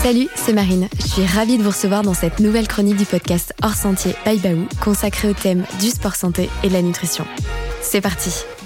Salut, c'est Marine. Je suis ravie de vous recevoir dans cette nouvelle chronique du podcast Hors Sentier by Baou, consacrée au thème du sport santé et de la nutrition. C'est parti.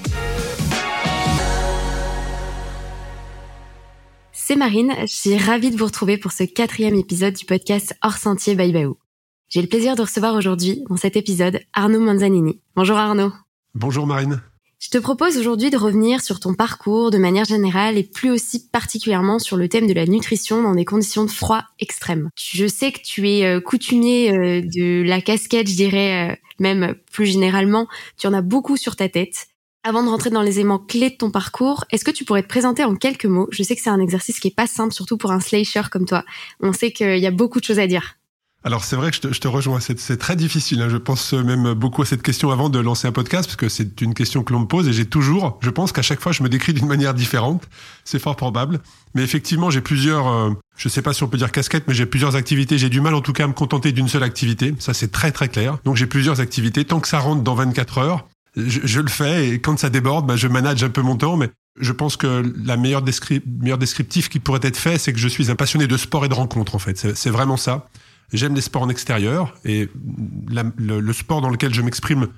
C'est Marine, je suis ravie de vous retrouver pour ce 4e épisode du podcast Hors Sentier by Baou. J'ai le plaisir de recevoir aujourd'hui, dans cet épisode, Arnaud Manzanini. Bonjour Arnaud. Bonjour Marine. Je te propose aujourd'hui de revenir sur ton parcours de manière générale et plus aussi particulièrement sur le thème de la nutrition dans des conditions de froid extrêmes. Je sais que tu es coutumier de la casquette, je dirais, même plus généralement, tu en as beaucoup sur ta tête. Avant de rentrer dans les éléments clés de ton parcours, est-ce que tu pourrais te présenter en quelques mots ? Je sais que c'est un exercice qui est pas simple, surtout pour un slasher comme toi. On sait qu'il y a beaucoup de choses à dire. Alors c'est vrai que je te rejoins, c'est très difficile. Je pense même beaucoup à cette question avant de lancer un podcast, parce que c'est une question que l'on me pose et je pense qu'à chaque fois je me décris d'une manière différente. C'est fort probable. Mais effectivement, j'ai plusieurs, je sais pas si on peut dire casquettes, mais j'ai plusieurs activités. J'ai du mal en tout cas à me contenter d'une seule activité. Ça c'est très très clair. Donc j'ai plusieurs activités. Tant que ça rentre dans 24 heures, je le fais, et quand ça déborde, je manage un peu mon temps, mais je pense que la meilleure descriptif qui pourrait être fait, c'est que je suis un passionné de sport et de rencontres, en fait. C'est vraiment ça. J'aime les sports en extérieur, et le sport dans lequel je m'exprime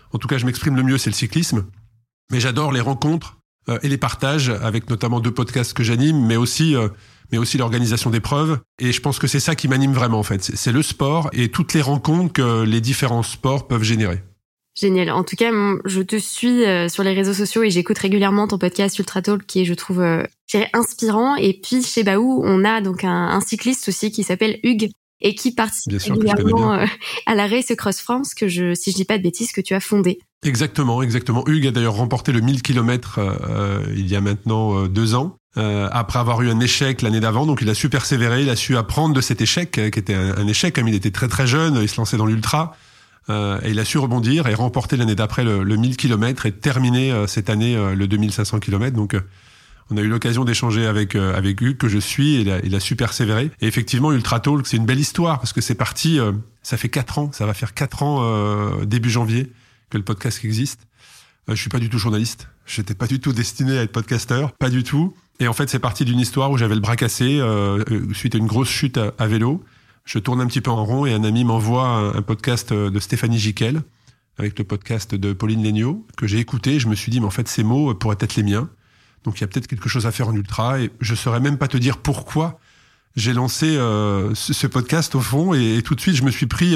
le mieux, c'est le cyclisme. Mais j'adore les rencontres et les partages, avec notamment 2 podcasts que j'anime, mais aussi l'organisation d'épreuves. Et je pense que c'est ça qui m'anime vraiment, en fait. C'est le sport et toutes les rencontres que les différents sports peuvent générer. Génial. En tout cas, je te suis sur les réseaux sociaux et j'écoute régulièrement ton podcast Ultra Talk qui est, je trouve, inspirant. Et puis, chez Baou, on a donc un cycliste aussi qui s'appelle Hugues et qui participe régulièrement à la Race Across France que si je dis pas de bêtises, que tu as fondé. Exactement. Hugues a d'ailleurs remporté le 1000 km il y a maintenant 2 ans. Après avoir eu un échec l'année d'avant, donc il a su persévérer, il a su apprendre de cet échec, qui était un échec, comme il était très très jeune, il se lançait dans l'ultra. Et il a su rebondir et remporter l'année d'après le 1000 km et terminer cette année le 2500 km. Donc on a eu l'occasion d'échanger avec Hugues, que je suis, et il a su persévérer. Et effectivement, Ultra Talk, c'est une belle histoire, parce que c'est parti, ça fait 4 ans, ça va faire 4 ans début janvier que le podcast existe. Je suis pas du tout journaliste, j'étais pas du tout destiné à être podcasteur, pas du tout. Et en fait, c'est parti d'une histoire où j'avais le bras cassé suite à une grosse chute à vélo. Je tourne un petit peu en rond et un ami m'envoie un podcast de Stéphanie Giquel, avec le podcast de Pauline Léniaud, que j'ai écouté. Je me suis dit, mais en fait, ces mots pourraient être les miens. Donc il y a peut-être quelque chose à faire en ultra, et je saurais même pas te dire pourquoi j'ai lancé ce podcast au fond, et tout de suite je me suis pris,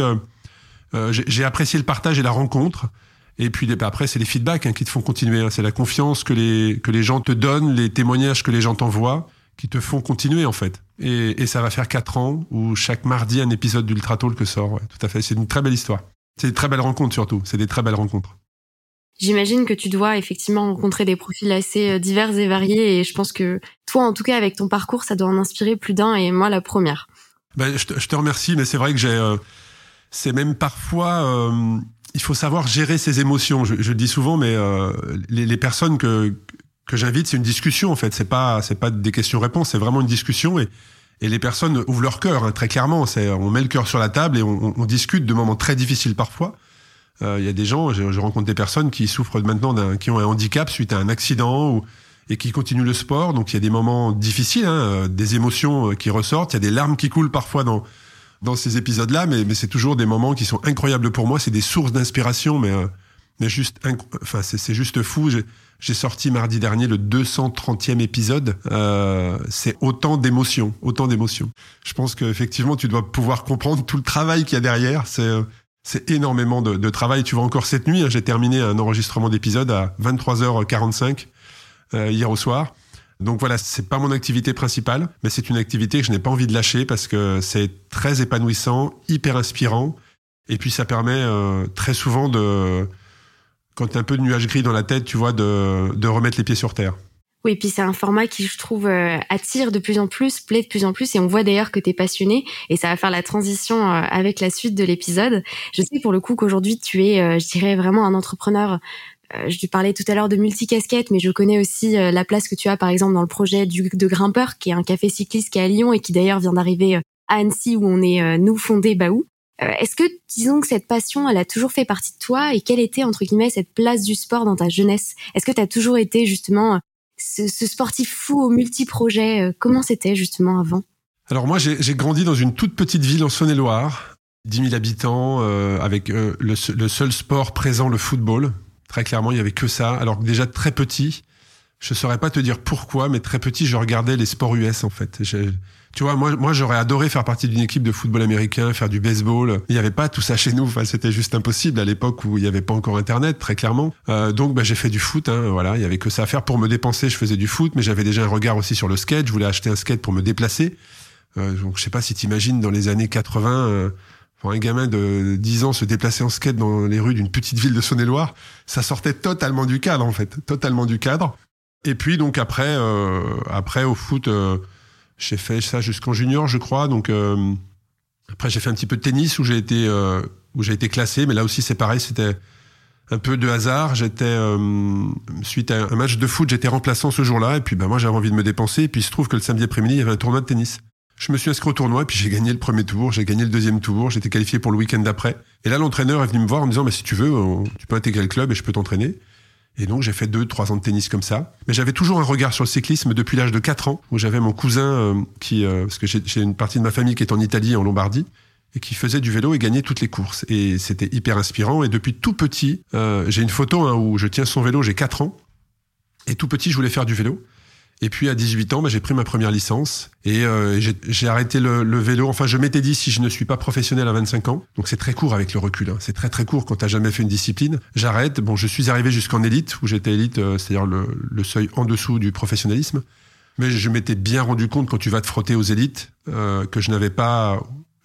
j'ai apprécié le partage et la rencontre, et puis après c'est les feedbacks qui te font continuer, c'est la confiance que les gens te donnent, les témoignages que les gens t'envoient, qui te font continuer en fait. Et ça va faire 4 ans où chaque mardi un épisode d'Ultra Talk sort. Ouais, tout à fait, c'est une très belle histoire. C'est des très belles rencontres surtout, c'est des très belles rencontres. J'imagine que tu dois effectivement rencontrer des profils assez divers et variés, et je pense que toi, en tout cas, avec ton parcours, ça doit en inspirer plus d'un, et moi, la première. Je te remercie, mais c'est vrai que c'est même parfois, il faut savoir gérer ses émotions. Je le dis souvent, mais les personnes que j'invite, c'est une discussion en fait. C'est pas des questions-réponses, c'est vraiment une discussion, et les personnes ouvrent leur cœur, très clairement. On met le cœur sur la table et on discute de moments très difficiles parfois. Il y a des gens, je rencontre des personnes qui souffrent maintenant qui ont un handicap suite à un accident et qui continuent le sport. Donc il y a des moments difficiles, des émotions qui ressortent. Il y a des larmes qui coulent parfois dans ces épisodes-là, mais c'est toujours des moments qui sont incroyables pour moi. C'est des sources d'inspiration, mais c'est juste fou. J'ai sorti mardi dernier le 230e épisode. C'est autant d'émotions. Je pense qu'effectivement, tu dois pouvoir comprendre tout le travail qu'il y a derrière. C'est énormément de travail. Tu vois, encore cette nuit, j'ai terminé un enregistrement d'épisode à 23h45 hier au soir. Donc voilà, c'est pas mon activité principale, mais c'est une activité que je n'ai pas envie de lâcher, parce que c'est très épanouissant, hyper inspirant. Et puis ça permet très souvent quand t'as un peu de nuages gris dans la tête, tu vois, de remettre les pieds sur terre. Oui, puis c'est un format qui, je trouve, attire de plus en plus, plaît de plus en plus, et on voit d'ailleurs que t'es passionné, et ça va faire la transition avec la suite de l'épisode. Je sais pour le coup qu'aujourd'hui tu es, je dirais, vraiment un entrepreneur. Je lui parlais tout à l'heure de multicasquettes, mais je connais aussi la place que tu as, par exemple, dans le projet de Grimpeur, qui est un café cycliste qui est à Lyon et qui d'ailleurs vient d'arriver à Annecy, où on est, nous, fondé Baou. Est-ce que, disons que cette passion, elle a toujours fait partie de toi, et quelle était, entre guillemets, cette place du sport dans ta jeunesse ? Est-ce que tu as toujours été, justement, ce sportif fou au multi-projet, comment c'était justement avant ? Alors moi, j'ai grandi dans une toute petite ville en Saône-et-Loire, 10 000 habitants, avec le seul sport présent, le football. Très clairement, il y avait que ça. Alors que déjà très petit, je saurais pas te dire pourquoi, mais très petit, je regardais les sports US en fait. Tu vois, moi, j'aurais adoré faire partie d'une équipe de football américain, faire du baseball. Il n'y avait pas tout ça chez nous. Enfin, c'était juste impossible à l'époque où il n'y avait pas encore Internet, très clairement. Donc, j'ai fait du foot. Voilà, il y avait que ça à faire pour me dépenser. Je faisais du foot, mais j'avais déjà un regard aussi sur le skate. Je voulais acheter un skate pour me déplacer. Donc, je sais pas si t'imagines dans les années 80. Pour un gamin de 10 ans se déplacer en skate dans les rues d'une petite ville de Saône-et-Loire, ça sortait totalement du cadre en fait, totalement du cadre. Et puis donc après au foot, j'ai fait ça jusqu'en junior, je crois. Donc après j'ai fait un petit peu de tennis où j'ai été classé, mais là aussi c'est pareil, c'était un peu de hasard. J'étais suite à un match de foot, j'étais remplaçant ce jour-là, et puis moi j'avais envie de me dépenser, et puis il se trouve que le samedi après-midi il y avait un tournoi de tennis. Je me suis inscrit au tournoi, et puis j'ai gagné le premier tour, j'ai gagné le deuxième tour, j'étais qualifié pour le week-end d'après. Et là, l'entraîneur est venu me voir en me disant, si tu veux, tu peux intégrer le club et je peux t'entraîner. Et donc, j'ai fait 2-3 ans de tennis comme ça. Mais j'avais toujours un regard sur le cyclisme depuis l'âge de 4 ans, où j'avais mon cousin parce que j'ai une partie de ma famille qui est en Italie, en Lombardie, et qui faisait du vélo et gagnait toutes les courses. Et c'était hyper inspirant. Et depuis tout petit, j'ai une photo où je tiens son vélo, j'ai 4 ans. Et tout petit, je voulais faire du vélo. Et puis à 18 ans, j'ai pris ma première licence et j'ai arrêté le vélo. Enfin, je m'étais dit si je ne suis pas professionnel à 25 ans, donc c'est très court avec le recul, c'est très très court quand t'as jamais fait une discipline, j'arrête. Bon, je suis arrivé jusqu'en élite, où j'étais élite, c'est-à-dire le seuil en dessous du professionnalisme. Mais je m'étais bien rendu compte quand tu vas te frotter aux élites que j'avais pas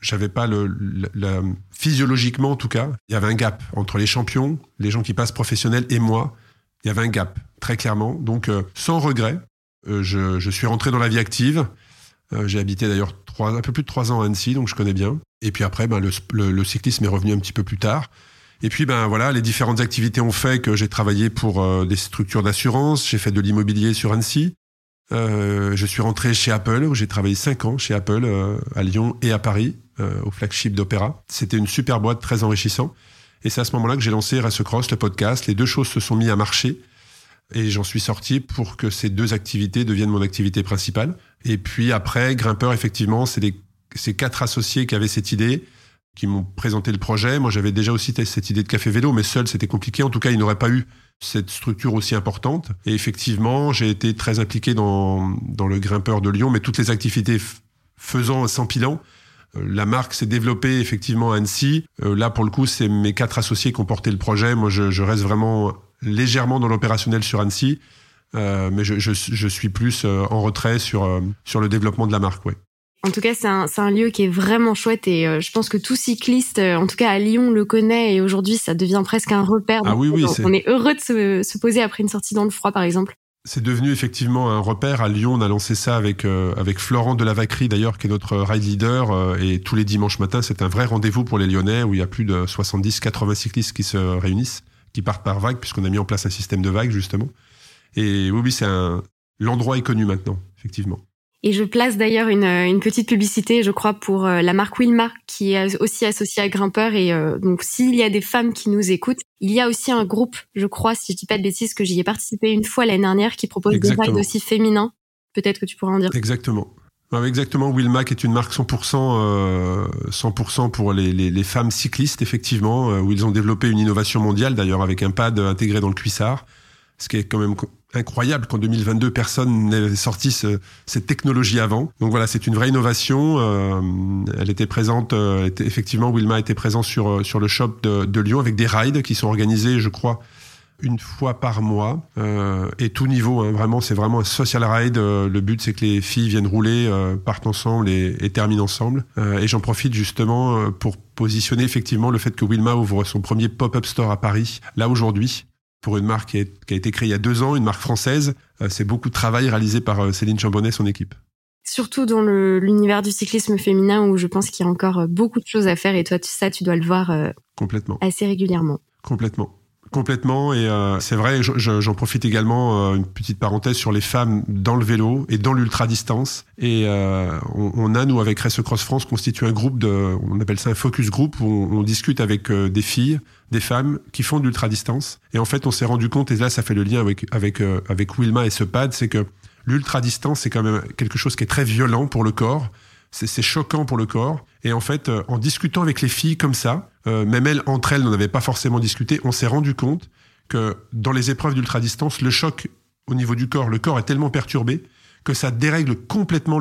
physiologiquement en tout cas, il y avait un gap entre les champions, les gens qui passent professionnels et moi. Il y avait un gap, très clairement. Donc, sans regret. Je suis rentré dans la vie active. J'ai habité d'ailleurs un peu plus de 3 ans à Annecy, donc je connais bien. Et puis après, le cyclisme est revenu un petit peu plus tard. Et puis, voilà, les différentes activités ont fait que j'ai travaillé pour des structures d'assurance. J'ai fait de l'immobilier sur Annecy. Je suis rentré chez Apple, où j'ai travaillé 5 ans chez Apple, à Lyon et à Paris, au flagship d'Opéra. C'était une super boîte, très enrichissant. Et c'est à ce moment-là que j'ai lancé Race Cross, le podcast. Les deux choses se sont mis à marcher. Et j'en suis sorti pour que ces 2 activités deviennent mon activité principale. Et puis après, Grimpeur, effectivement, c'est ces 4 associés qui avaient cette idée, qui m'ont présenté le projet. Moi, j'avais déjà aussi cette idée de café vélo, mais seul, c'était compliqué. En tout cas, ils n'auraient pas eu cette structure aussi importante. Et effectivement, j'ai été très impliqué dans le Grimpeur de Lyon, mais toutes les activités faisant sans bilan. La marque s'est développée effectivement à Annecy. Là, pour le coup, c'est mes 4 associés qui ont porté le projet. Moi, je reste vraiment légèrement dans l'opérationnel sur Annecy, mais je suis plus en retrait sur le développement de la marque, ouais. En tout cas, c'est un lieu qui est vraiment chouette et je pense que tout cycliste, en tout cas à Lyon, le connaît et aujourd'hui, ça devient presque un repère. Ah oui, on est heureux de se poser après une sortie dans le froid, par exemple. C'est devenu effectivement un repère. À Lyon, on a lancé ça avec Florent Delavacquerie, d'ailleurs, qui est notre ride leader. Et tous les dimanches matins, c'est un vrai rendez-vous pour les Lyonnais, où il y a plus de 70-80 cyclistes qui se réunissent, qui partent par vague, puisqu'on a mis en place un système de vagues, justement. Et oui, l'endroit est connu maintenant, effectivement. Et je place d'ailleurs une petite publicité, je crois, pour la marque Wilma, qui est aussi associée à Grimpeur. Et donc, s'il y a des femmes qui nous écoutent, il y a aussi un groupe, je crois, si je dis pas de bêtises, que j'y ai participé une fois l'année dernière, qui propose Exactement. des rides aussi féminins. Peut-être que tu pourras en dire. Exactement. Exactement. Wilma est une marque 100% pour les femmes cyclistes, effectivement, où ils ont développé une innovation mondiale, d'ailleurs, avec un pad intégré dans le cuissard. Ce qui est quand même incroyable qu'en 2022, personne n'ait sorti cette technologie avant. Donc voilà, c'est une vraie innovation. Elle était présente, effectivement, Wilma était présent sur le shop de Lyon avec des rides qui sont organisés, je crois, une fois par mois, et tout niveau, vraiment, c'est vraiment un social ride. Le but, c'est que les filles viennent rouler, partent ensemble et terminent ensemble. Et j'en profite justement pour positionner effectivement le fait que Wilma ouvre son premier pop-up store à Paris, là aujourd'hui, pour une marque qui a été créée il y a 2 ans, une marque française. C'est beaucoup de travail réalisé par Céline Chambonnet et son équipe. Surtout dans l'univers du cyclisme féminin, où je pense qu'il y a encore beaucoup de choses à faire, et toi, tu dois le voir Complètement. Assez régulièrement. Complètement, et c'est vrai, j'en profite également, une petite parenthèse sur les femmes dans le vélo et dans l'ultra-distance. Et on a, nous, avec Race Cross France, constitué un groupe on appelle ça un focus group, où on discute avec des filles, des femmes qui font de l'ultra-distance. Et en fait, on s'est rendu compte, et là, ça fait le lien avec Wilma et ce pad, c'est que l'ultra-distance, c'est quand même quelque chose qui est très violent pour le corps. c'est choquant pour le corps. Et en fait, en discutant avec les filles comme ça, même elles, entre elles, n'en avaient pas forcément discuté, on s'est rendu compte que dans les épreuves d'ultra-distance, le choc au niveau du corps, le corps est tellement perturbé que ça dérègle complètement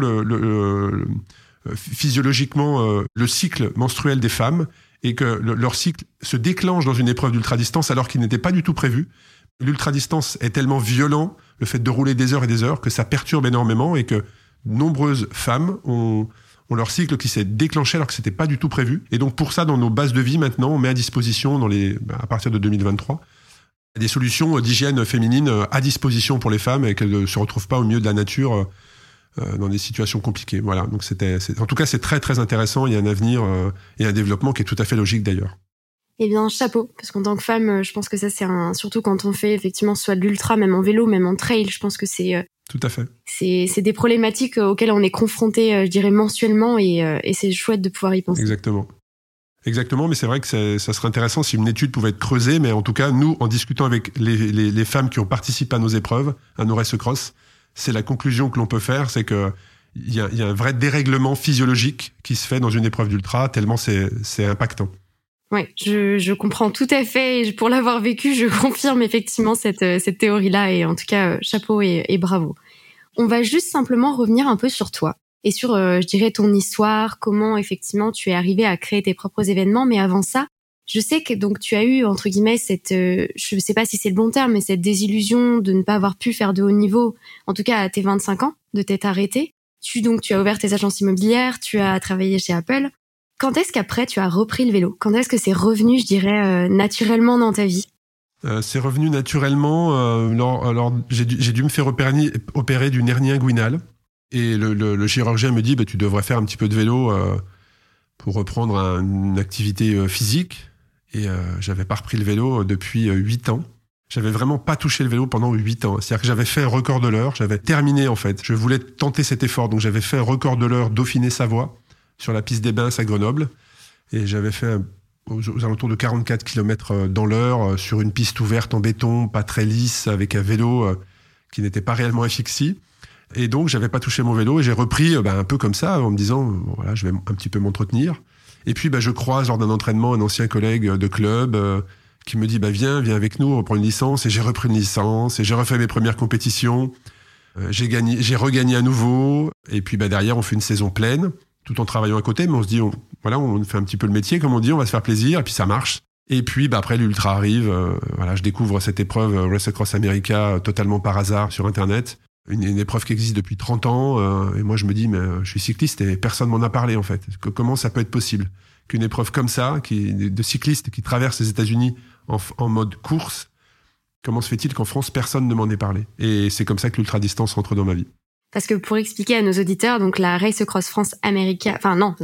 physiologiquement le cycle menstruel des femmes et que leur cycle se déclenche dans une épreuve d'ultra-distance alors qu'il n'était pas du tout prévu. L'ultra-distance est tellement violent, le fait de rouler des heures et des heures, que ça perturbe énormément et que nombreuses femmes ont leur cycle qui s'est déclenché alors que c'était pas du tout prévu. Et donc pour ça, dans nos bases de vie maintenant, on met à disposition à partir de 2023 des solutions d'hygiène féminine à disposition pour les femmes et qu'elles ne se retrouvent pas au milieu de la nature dans des situations compliquées. Voilà. Donc en tout cas, c'est très très intéressant. Il y a un avenir et un développement qui est tout à fait logique d'ailleurs. Eh bien, chapeau, parce qu'en tant que femme, je pense que ça, surtout quand on fait effectivement soit de l'ultra, même en vélo, même en trail, je pense que c'est... Tout à fait. C'est des problématiques auxquelles on est confronté, je dirais, mensuellement, et c'est chouette de pouvoir y penser. Exactement, mais c'est vrai que ça serait intéressant si une étude pouvait être creusée, mais en tout cas, nous, en discutant avec les femmes qui ont participé à nos épreuves, à nos race cross, c'est la conclusion que l'on peut faire, c'est que il y a un vrai dérèglement physiologique qui se fait dans une épreuve d'ultra, tellement c'est impactant. Oui, je comprends tout à fait. Et pour l'avoir vécu, je confirme effectivement cette théorie-là. Et en tout cas, chapeau et bravo. On va juste simplement revenir un peu sur toi et sur, je dirais, ton histoire, comment effectivement tu es arrivé à créer tes propres événements. Mais avant ça, je sais que donc tu as eu, entre guillemets, je sais pas si c'est le bon terme, mais cette désillusion de ne pas avoir pu faire de haut niveau, en tout cas à tes 25 ans, de t'être arrêté. Tu as ouvert tes agences immobilières, tu as travaillé chez Apple. Quand est-ce qu'après tu as repris le vélo ? Quand est-ce que c'est revenu, je dirais, naturellement dans ta vie ? C'est revenu naturellement. Alors j'ai dû me faire opérer d'une hernie inguinale. Et le chirurgien me dit tu devrais faire un petit peu de vélo pour reprendre une activité physique. Et j'avais pas repris le vélo depuis 8 ans. J'avais vraiment pas touché le vélo pendant 8 ans. C'est-à-dire que j'avais fait un record de l'heure. J'avais terminé en fait. Je voulais tenter cet effort. Donc j'avais fait un record de l'heure Dauphiné-Savoie sur la piste des Bains à Grenoble. Et j'avais fait aux alentours de 44 km dans l'heure sur une piste ouverte en béton, pas très lisse, avec un vélo qui n'était pas réellement efficace. Et donc, j'avais pas touché mon vélo et j'ai repris un peu comme ça en me disant, voilà, je vais un petit peu m'entretenir. Et puis, je croise lors d'un entraînement un ancien collègue de club qui me dit, viens avec nous, on reprend une licence. Et j'ai repris une licence et j'ai refait mes premières compétitions. J'ai regagné à nouveau. Et puis, derrière, on fait une saison pleine, tout en travaillant à côté, mais on se dit, on fait un petit peu le métier, comme on dit, on va se faire plaisir, et puis ça marche. Et puis, après, l'ultra arrive, je découvre cette épreuve Race Across America totalement par hasard sur Internet, une épreuve qui existe depuis 30 ans, et moi je me dis, mais je suis cycliste et personne m'en a parlé en fait. Comment ça peut être possible qu'une épreuve comme ça, de cyclistes qui traversent les États-Unis en mode course, comment se fait-il qu'en France, personne ne m'en ait parlé ? Et c'est comme ça que l'ultra-distance rentre dans ma vie. Parce que pour expliquer à nos auditeurs, donc la Race Across America,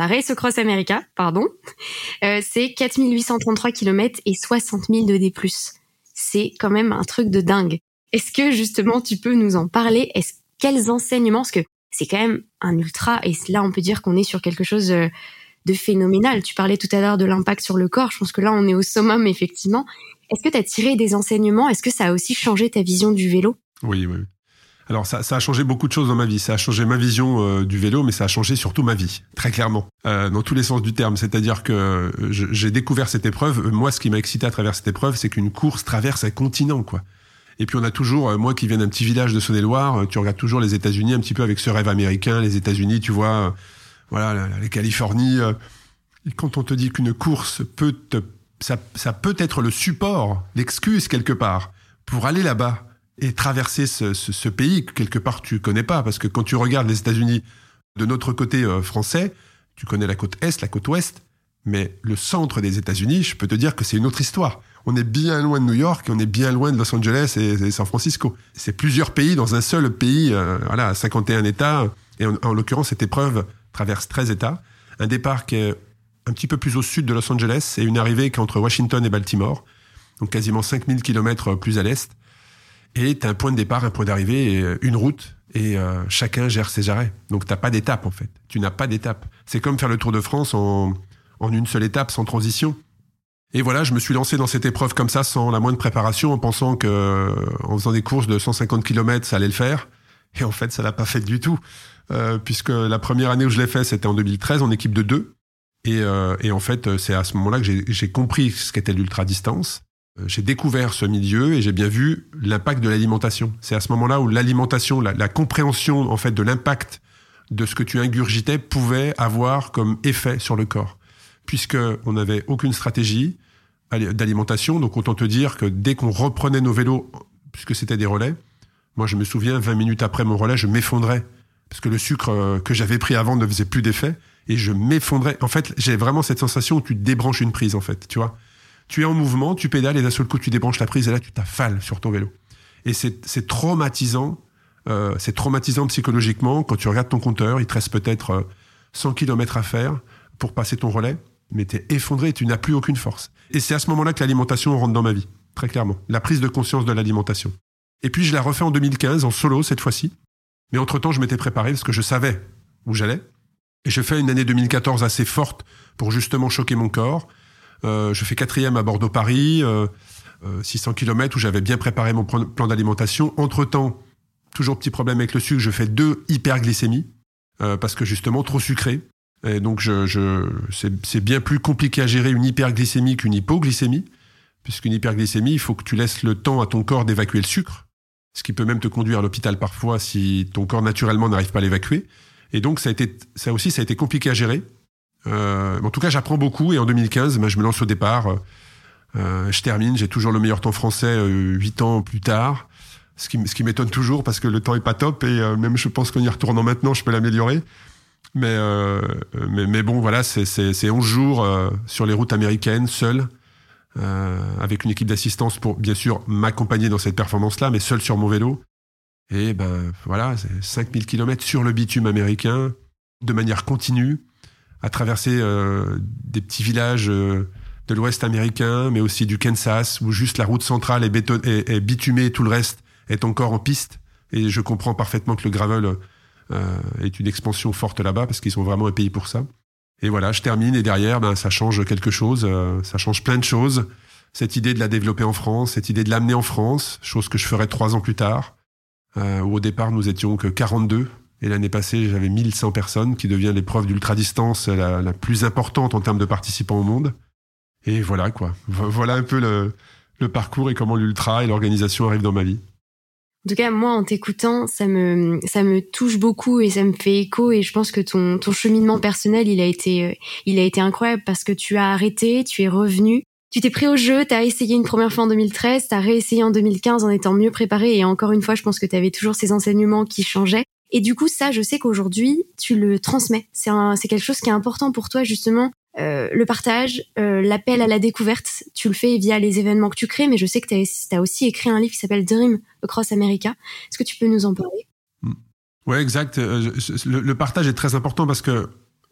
c'est 4833 km et 60 000 de D+. C'est quand même un truc de dingue. Est-ce que justement tu peux nous en parler ? Quels enseignements ? Parce que c'est quand même un ultra et là on peut dire qu'on est sur quelque chose de phénoménal. Tu parlais tout à l'heure de l'impact sur le corps. Je pense que là on est au summum effectivement. Est-ce que tu as tiré des enseignements ? Est-ce que ça a aussi changé ta vision du vélo ? Oui. Alors ça a changé beaucoup de choses dans ma vie. Ça a changé ma vision du vélo, mais ça a changé surtout ma vie, très clairement, dans tous les sens du terme. C'est-à-dire que j'ai découvert cette épreuve. Moi, ce qui m'a excité à travers cette épreuve, c'est qu'une course traverse un continent, quoi. Et puis on a toujours, moi qui viens d'un petit village de Saône-et-Loire, tu regardes toujours les États-Unis un petit peu avec ce rêve américain. Les États-Unis, tu vois, les Californies. Et quand on te dit qu'une course ça peut être le support, l'excuse quelque part pour aller là-bas. Et traverser ce pays que quelque part tu connais pas, parce que quand tu regardes les États-Unis de notre côté français, tu connais la côte est, la côte ouest, mais le centre des États-Unis, je peux te dire que c'est une autre histoire. On est bien loin de New York, et on est bien loin de Los Angeles et San Francisco. C'est plusieurs pays dans un seul pays, 51 États, et en l'occurrence cette épreuve traverse 13 États. Un départ qui est un petit peu plus au sud de Los Angeles et une arrivée qui est entre Washington et Baltimore, donc quasiment 5000 km plus à l'est. Et t'as un point de départ, un point d'arrivée, et une route, et chacun gère ses arrêts. Donc t'as pas d'étape en fait. Tu n'as pas d'étape. C'est comme faire le Tour de France en une seule étape, sans transition. Et voilà, je me suis lancé dans cette épreuve comme ça, sans la moindre préparation, en pensant que en faisant des courses de 150 km, ça allait le faire. Et en fait, ça l'a pas fait du tout, puisque la première année où je l'ai fait, c'était en 2013 en équipe de 2. Et en fait, c'est à ce moment-là que j'ai compris ce qu'était l'ultra-distance. J'ai découvert ce milieu et j'ai bien vu l'impact de l'alimentation. C'est à ce moment-là où l'alimentation, la compréhension en fait de l'impact de ce que tu ingurgitais pouvait avoir comme effet sur le corps. Puisque on n'avait aucune stratégie d'alimentation, donc autant te dire que dès qu'on reprenait nos vélos, puisque c'était des relais, moi je me souviens, 20 minutes après mon relais, je m'effondrais. Parce que le sucre que j'avais pris avant ne faisait plus d'effet. Et je m'effondrais. En fait, j'ai vraiment cette sensation où tu débranches une prise, en fait, tu vois. Tu es en mouvement, tu pédales et d'un seul coup, tu débranches la prise et là, tu t'affales sur ton vélo. Et c'est traumatisant. C'est traumatisant psychologiquement quand tu regardes ton compteur. Il te reste peut-être 100 km à faire pour passer ton relais, mais t'es effondré et tu n'as plus aucune force. Et c'est à ce moment-là que l'alimentation rentre dans ma vie, très clairement. La prise de conscience de l'alimentation. Et puis, je l'ai refait en 2015, en solo, cette fois-ci. Mais entre-temps, je m'étais préparé parce que je savais où j'allais. Et je fais une année 2014 assez forte pour justement choquer mon corps. Je fais 4e à Bordeaux-Paris, 600 km où j'avais bien préparé mon plan d'alimentation. Entre-temps, toujours petit problème avec le sucre, je fais 2 hyperglycémies parce que justement trop sucré. Et donc c'est bien plus compliqué à gérer une hyperglycémie qu'une hypoglycémie, puisqu'une hyperglycémie, il faut que tu laisses le temps à ton corps d'évacuer le sucre, ce qui peut même te conduire à l'hôpital parfois si ton corps naturellement n'arrive pas à l'évacuer. Et donc, ça a été compliqué à gérer. En tout cas, j'apprends beaucoup. Et en 2015, je me lance au départ. Je termine. J'ai toujours le meilleur temps français 8 ans plus tard. Ce qui m'étonne toujours parce que le temps est pas top. Et même, je pense qu'en y retournant maintenant, je peux l'améliorer. Mais bon, voilà, c'est 11 jours sur les routes américaines, seul, avec une équipe d'assistance pour, bien sûr, m'accompagner dans cette performance-là, mais seul sur mon vélo. Et voilà, c'est 5000 km sur le bitume américain, de manière continue, à traverser des petits villages de l'Ouest américain, mais aussi du Kansas, où juste la route centrale est bitumée, tout le reste est encore en piste. Et je comprends parfaitement que le gravel est une expansion forte là-bas, parce qu'ils sont vraiment un pays pour ça. Et voilà, je termine, et derrière, ça change quelque chose, ça change plein de choses. Cette idée de la développer en France, cette idée de l'amener en France, chose que je ferai 3 ans plus tard. Où au départ nous étions que 42 et l'année passée j'avais 1100 personnes, qui devient l'épreuve d'ultra-distance la plus importante en termes de participants au monde. Et voilà quoi, voilà un peu le parcours et comment l'ultra et l'organisation arrivent dans ma vie. En tout cas, moi, en t'écoutant, ça me touche beaucoup et ça me fait écho, et je pense que ton cheminement personnel, il a été incroyable, parce que tu as arrêté, tu es revenu. Tu t'es pris au jeu, t'as essayé une première fois en 2013, t'as réessayé en 2015 en étant mieux préparé, et encore une fois, je pense que t'avais toujours ces enseignements qui changeaient. Et du coup, ça, je sais qu'aujourd'hui, tu le transmets. C'est quelque chose qui est important pour toi, justement, le partage, l'appel à la découverte. Tu le fais via les événements que tu crées, mais je sais que t'as aussi écrit un livre qui s'appelle Dream Across America. Est-ce que tu peux nous en parler? Ouais, exact. Le partage est très important parce que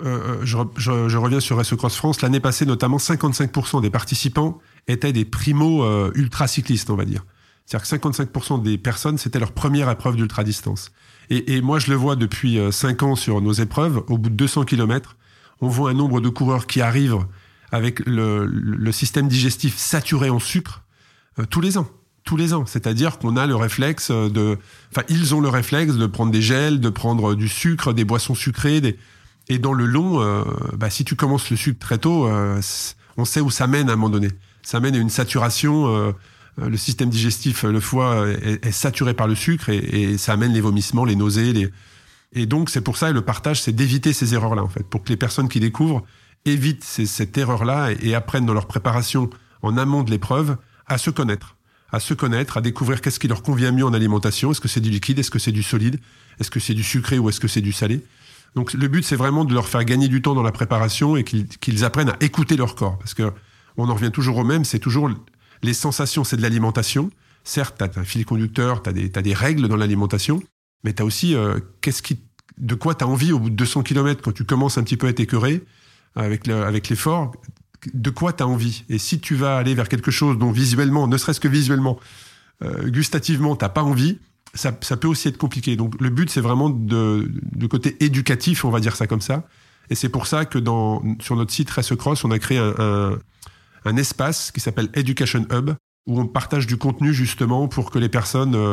je reviens sur Race Cross France. L'année passée, notamment, 55% des participants étaient des primo ultra-cyclistes, on va dire. C'est-à-dire que 55% des personnes, c'était leur première épreuve d'ultra-distance. Et moi, je le vois depuis 5 ans sur nos épreuves. Au bout de 200 km, on voit un nombre de coureurs qui arrivent avec le système digestif saturé en sucre tous les ans. Tous les ans. C'est-à-dire qu'on a le réflexe ils ont le réflexe de prendre des gels, de prendre du sucre, des boissons sucrées, et dans le long, si tu commences le sucre très tôt, on sait où ça mène à un moment donné. Ça mène à une saturation. Le système digestif, le foie, est saturé par le sucre et ça amène les vomissements, les nausées. Et donc, c'est pour ça, et le partage, c'est d'éviter ces erreurs-là, en fait, pour que les personnes qui découvrent évitent cette erreur-là et apprennent dans leur préparation en amont de l'épreuve à se connaître, à découvrir qu'est-ce qui leur convient mieux en alimentation. Est-ce que c'est du liquide? Est-ce que c'est du solide? Est-ce que c'est du sucré ou est-ce que c'est du salé? Donc, le but, c'est vraiment de leur faire gagner du temps dans la préparation et qu'ils apprennent à écouter leur corps. Parce que on en revient toujours au même, c'est toujours les sensations, c'est de l'alimentation. Certes, t'as un fil conducteur, t'as des règles dans l'alimentation, mais t'as aussi de quoi t'as envie au bout de 200 km quand tu commences un petit peu à être écœuré avec l'effort. De quoi t'as envie? Et si tu vas aller vers quelque chose dont visuellement, ne serait-ce que visuellement, gustativement, t'as pas envie, ça peut aussi être compliqué. Donc le but, c'est vraiment du côté éducatif, on va dire ça comme ça. Et c'est pour ça que sur notre site Race Cross, on a créé un espace qui s'appelle Education Hub, où on partage du contenu justement pour que les personnes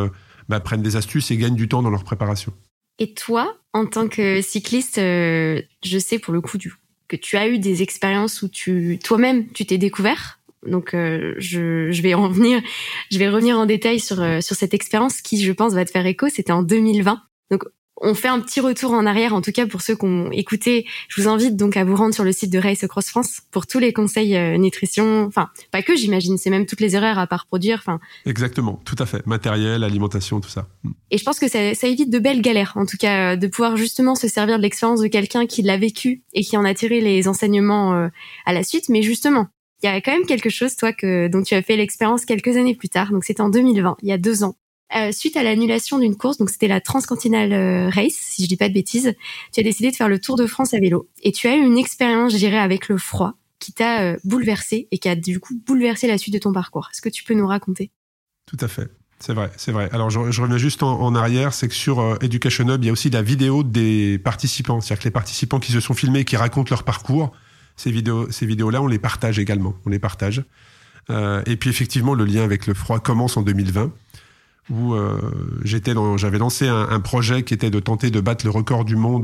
prennent des astuces et gagnent du temps dans leur préparation. Et toi, en tant que cycliste, je sais pour le coup que tu as eu des expériences où toi-même tu t'es découvert. Donc je vais revenir en détail sur cette expérience qui, je pense, va te faire écho. C'était en 2020. Donc on fait un petit retour en arrière, en tout cas pour ceux qui ont écouté. Je vous invite donc à vous rendre sur le site de Race Across France pour tous les conseils nutrition. Enfin, pas que, j'imagine, c'est même toutes les erreurs à pas reproduire. Enfin, exactement, tout à fait. Matériel, alimentation, tout ça. Et je pense que ça évite de belles galères, en tout cas, de pouvoir justement se servir de l'expérience de quelqu'un qui l'a vécu et qui en a tiré les enseignements à la suite. Mais justement, il y a quand même quelque chose, toi, dont tu as fait l'expérience quelques années plus tard. Donc c'était en 2020, il y a 2 ans. Suite à l'annulation d'une course, donc c'était la Transcontinental Race, si je dis pas de bêtises, tu as décidé de faire le Tour de France à vélo. Et tu as eu une expérience, je dirais, avec le froid, qui t'a bouleversé et qui a du coup bouleversé la suite de ton parcours. Est-ce que tu peux nous raconter ? Tout à fait. C'est vrai. Alors, je reviens juste en arrière, c'est que sur Education Hub, il y a aussi la vidéo des participants. C'est-à-dire que les participants qui se sont filmés, qui racontent leur parcours, ces vidéos-là, on les partage également. Et puis, effectivement, le lien avec le froid commence en 2020, où j'avais lancé un projet qui était de tenter de battre le record du monde,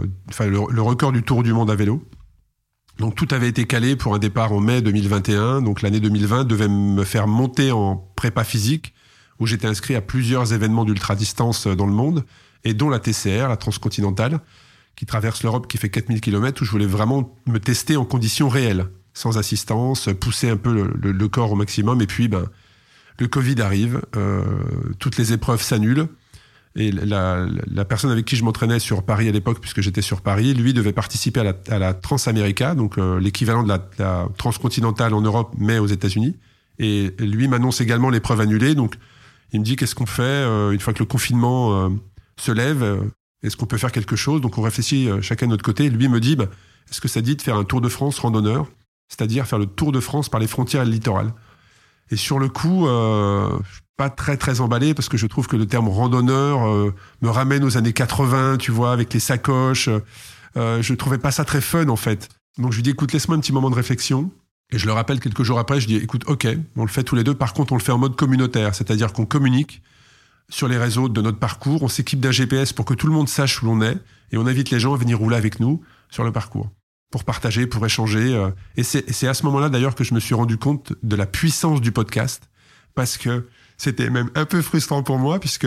le record du Tour du monde à vélo. Donc tout avait été calé pour un départ en mai 2021. Donc l'année 2020 devait me faire monter en prépa physique, où j'étais inscrit à plusieurs événements d'ultra-distance dans le monde, et dont la TCR, la Transcontinentale, qui traverse l'Europe, qui fait 4000 km, où je voulais vraiment me tester en conditions réelles, sans assistance, pousser un peu le corps au maximum. Et puis, le Covid arrive, toutes les épreuves s'annulent. Et la personne avec qui je m'entraînais sur Paris à l'époque, puisque j'étais sur Paris, lui devait participer à la Transamérica, donc l'équivalent de la Transcontinentale en Europe, mais aux États-Unis. Et lui m'annonce également l'épreuve annulée. Donc il me dit, qu'est-ce qu'on fait une fois que le confinement se lève, est-ce qu'on peut faire quelque chose? Donc on réfléchit chacun de notre côté. Et lui me dit, est-ce que ça dit de faire un Tour de France randonneur, c'est-à-dire faire le Tour de France par les frontières et le littoral? Et sur le coup, je suis pas très très emballé, parce que je trouve que le terme randonneur me ramène aux années 80, tu vois, avec les sacoches. Je trouvais pas ça très fun, en fait. Donc je lui dis, écoute, laisse-moi un petit moment de réflexion. Et je le rappelle quelques jours après, je dis, écoute, ok, on le fait tous les deux. Par contre, on le fait en mode communautaire, c'est-à-dire qu'on communique sur les réseaux de notre parcours, on s'équipe d'un GPS pour que tout le monde sache où l'on est, et on invite les gens à venir rouler avec nous sur le parcours, pour partager, pour échanger. Et c'est à ce moment-là, d'ailleurs, que je me suis rendu compte de la puissance du podcast, parce que c'était même un peu frustrant pour moi, puisque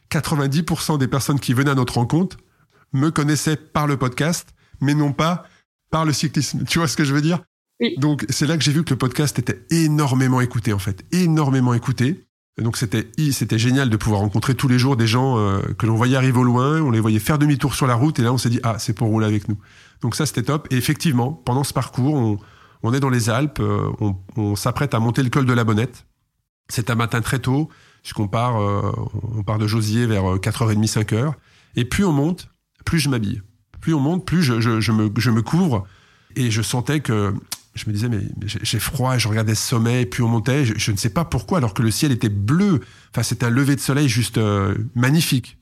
90% des personnes qui venaient à notre rencontre me connaissaient par le podcast, mais non pas par le cyclisme. Tu vois ce que je veux dire? Oui. Donc, c'est là que j'ai vu que le podcast était énormément écouté, en fait. Énormément écouté. Et donc, c'était génial de pouvoir rencontrer tous les jours des gens que l'on voyait arriver au loin, on les voyait faire demi-tour sur la route, et là, on s'est dit, c'est pour rouler avec nous. Donc ça, c'était top. Et effectivement, pendant ce parcours, on est dans les Alpes, on s'apprête à monter le col de la Bonnette. C'est un matin très tôt, puisqu'on part de Jauziers vers 4h30, 5h. Et plus on monte, plus je m'habille. Plus on monte, plus je me couvre. Et je sentais que, je me disais, mais j'ai froid, je regardais ce sommet, et puis on montait, je ne sais pas pourquoi, alors que le ciel était bleu. Enfin, c'était un lever de soleil juste magnifique.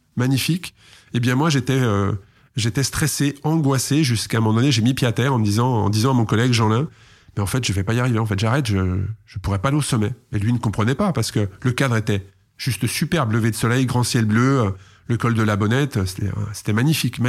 Eh bien, moi, j'étais stressé, angoissé, jusqu'à un moment donné, j'ai mis pied à terre en disant à mon collègue Jean-Lin, mais en fait, je vais pas y arriver. En fait, j'arrête, je pourrais pas aller au sommet. Et lui ne comprenait pas, parce que le cadre était juste superbe, lever de soleil, grand ciel bleu, le col de la Bonnette, c'était magnifique.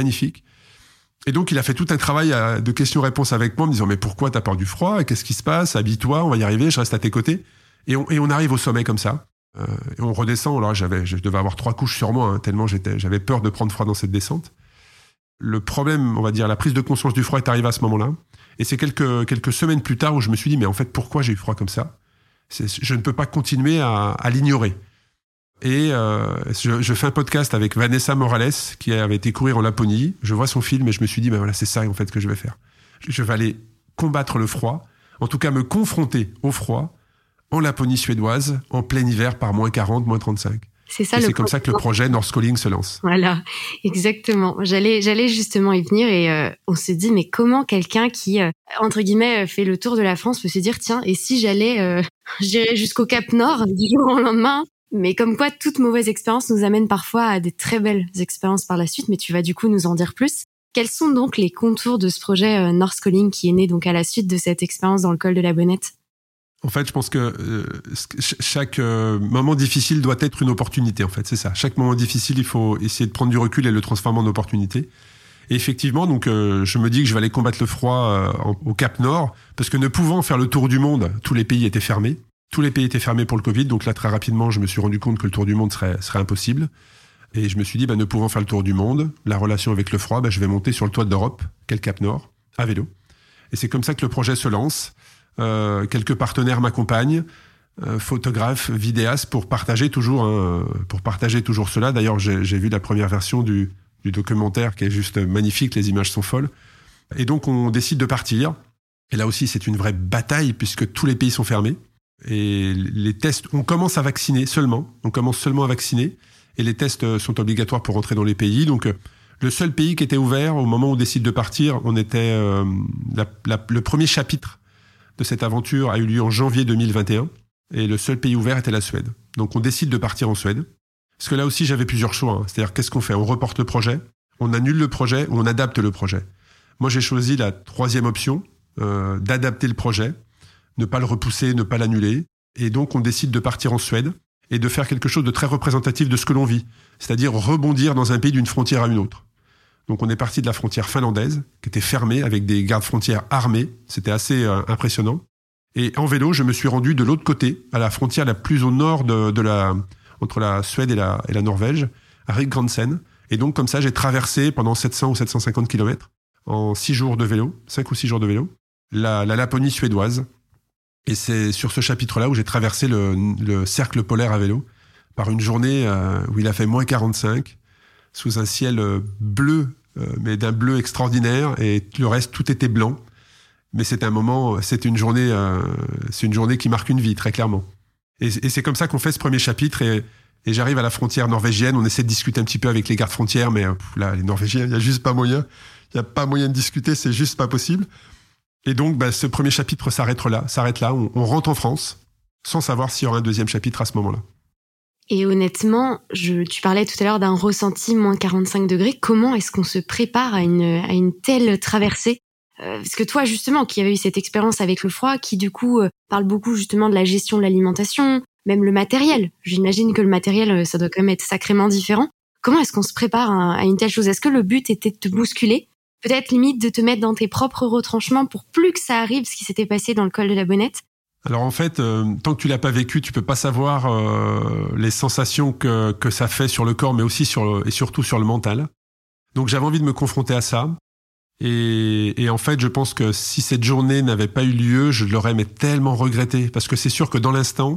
Et donc, il a fait tout un travail de questions-réponses avec moi, en me disant, mais pourquoi t'as peur du froid? Qu'est-ce qui se passe? Habille-toi, on va y arriver, je reste à tes côtés. Et on arrive au sommet comme ça. Et on redescend. Alors, je devais avoir 3 couches sur moi, tellement j'avais peur de prendre froid dans cette descente. Le problème, on va dire, la prise de conscience du froid est arrivée à ce moment-là. Et c'est quelques semaines plus tard où je me suis dit, mais en fait, pourquoi j'ai eu froid comme ça? Je ne peux pas continuer à l'ignorer. Et je fais un podcast avec Vanessa Morales, qui avait été courir en Laponie. Je vois son film et je me suis dit, voilà, c'est ça en fait que je vais faire. Je vais aller combattre le froid, en tout cas me confronter au froid, en Laponie suédoise, en plein hiver, par moins 40, moins 35. C'est ça, c'est comme ça que le projet North Calling se lance. Voilà, exactement. J'allais justement y venir, et on se dit, mais comment quelqu'un qui, entre guillemets, fait le tour de la France peut se dire, tiens, et si j'irais jusqu'au Cap Nord du jour au lendemain? Mais comme quoi, toute mauvaise expérience nous amène parfois à des très belles expériences par la suite, mais tu vas du coup nous en dire plus. Quels sont donc les contours de ce projet North Calling qui est né donc à la suite de cette expérience dans le col de la Bonnette? En fait, je pense que chaque moment difficile doit être une opportunité, en fait, c'est ça. Chaque moment difficile, il faut essayer de prendre du recul et le transformer en opportunité. Et effectivement, donc, je me dis que je vais aller combattre le froid au Cap Nord, parce que ne pouvant faire le tour du monde, tous les pays étaient fermés. Tous les pays étaient fermés pour le Covid, donc là, très rapidement, je me suis rendu compte que le tour du monde serait impossible. Et je me suis dit, ne pouvant faire le tour du monde, la relation avec le froid, je vais monter sur le toit de l'Europe, qu'est le Cap Nord, à vélo. Et c'est comme ça que le projet se lance. Quelques partenaires m'accompagnent, photographes, vidéastes, pour partager toujours cela. D'ailleurs, j'ai vu la première version du documentaire qui est juste magnifique, les images sont folles. Et donc, on décide de partir. Et là aussi, c'est une vraie bataille puisque tous les pays sont fermés. Et les tests, on commence seulement à vacciner. Et les tests sont obligatoires pour rentrer dans les pays. Donc, le seul pays qui était ouvert au moment où on décide de partir, on était le premier chapitre de cette aventure a eu lieu en janvier 2021. Et le seul pays ouvert était la Suède. Donc, on décide de partir en Suède. Parce que là aussi, j'avais plusieurs choix. C'est-à-dire, qu'est-ce qu'on fait ? On reporte le projet, on annule le projet ou on adapte le projet. Moi, j'ai choisi la troisième option, d'adapter le projet, ne pas le repousser, ne pas l'annuler. Et donc, on décide de partir en Suède et de faire quelque chose de très représentatif de ce que l'on vit. C'est-à-dire rebondir dans un pays d'une frontière à une autre. Donc, on est parti de la frontière finlandaise, qui était fermée, avec des gardes frontières armés. C'était assez impressionnant. Et en vélo, je me suis rendu de l'autre côté, à la frontière la plus au nord entre la Suède et la Norvège, à Riksgränsen. Et donc, comme ça, j'ai traversé pendant 700 ou 750 kilomètres, en 5 ou 6 jours de vélo, la Laponie suédoise. Et c'est sur ce chapitre-là où j'ai traversé le cercle polaire à vélo, par une journée où il a fait moins 45, sous un ciel bleu, mais d'un bleu extraordinaire, et le reste, tout était blanc. Mais c'est une journée qui marque une vie, très clairement. Et c'est comme ça qu'on fait ce premier chapitre, et j'arrive à la frontière norvégienne, on essaie de discuter un petit peu avec les gardes frontières, mais là, les Norvégiens, il n'y a juste pas moyen. Il n'y a pas moyen de discuter, c'est juste pas possible. Et donc, ce premier chapitre s'arrête là, on rentre en France, sans savoir s'il y aura un deuxième chapitre à ce moment-là. Et honnêtement, tu parlais tout à l'heure d'un ressenti moins 45 degrés. Comment est-ce qu'on se prépare à une telle traversée ? Parce que toi, justement, qui avais eu cette expérience avec le froid, qui du coup parle beaucoup justement de la gestion de l'alimentation, même le matériel. J'imagine que le matériel, ça doit quand même être sacrément différent. Comment est-ce qu'on se prépare à une telle chose ? Est-ce que le but était de te bousculer ? Peut-être limite de te mettre dans tes propres retranchements pour plus que ça arrive, ce qui s'était passé dans le col de la Bonnette ? Alors en fait, tant que tu l'as pas vécu, tu peux pas savoir les sensations que ça fait sur le corps, mais aussi et surtout sur le mental. Donc j'avais envie de me confronter à ça. Et en fait, je pense que si cette journée n'avait pas eu lieu, je l'aurais tellement regretté. Parce que c'est sûr que dans l'instant,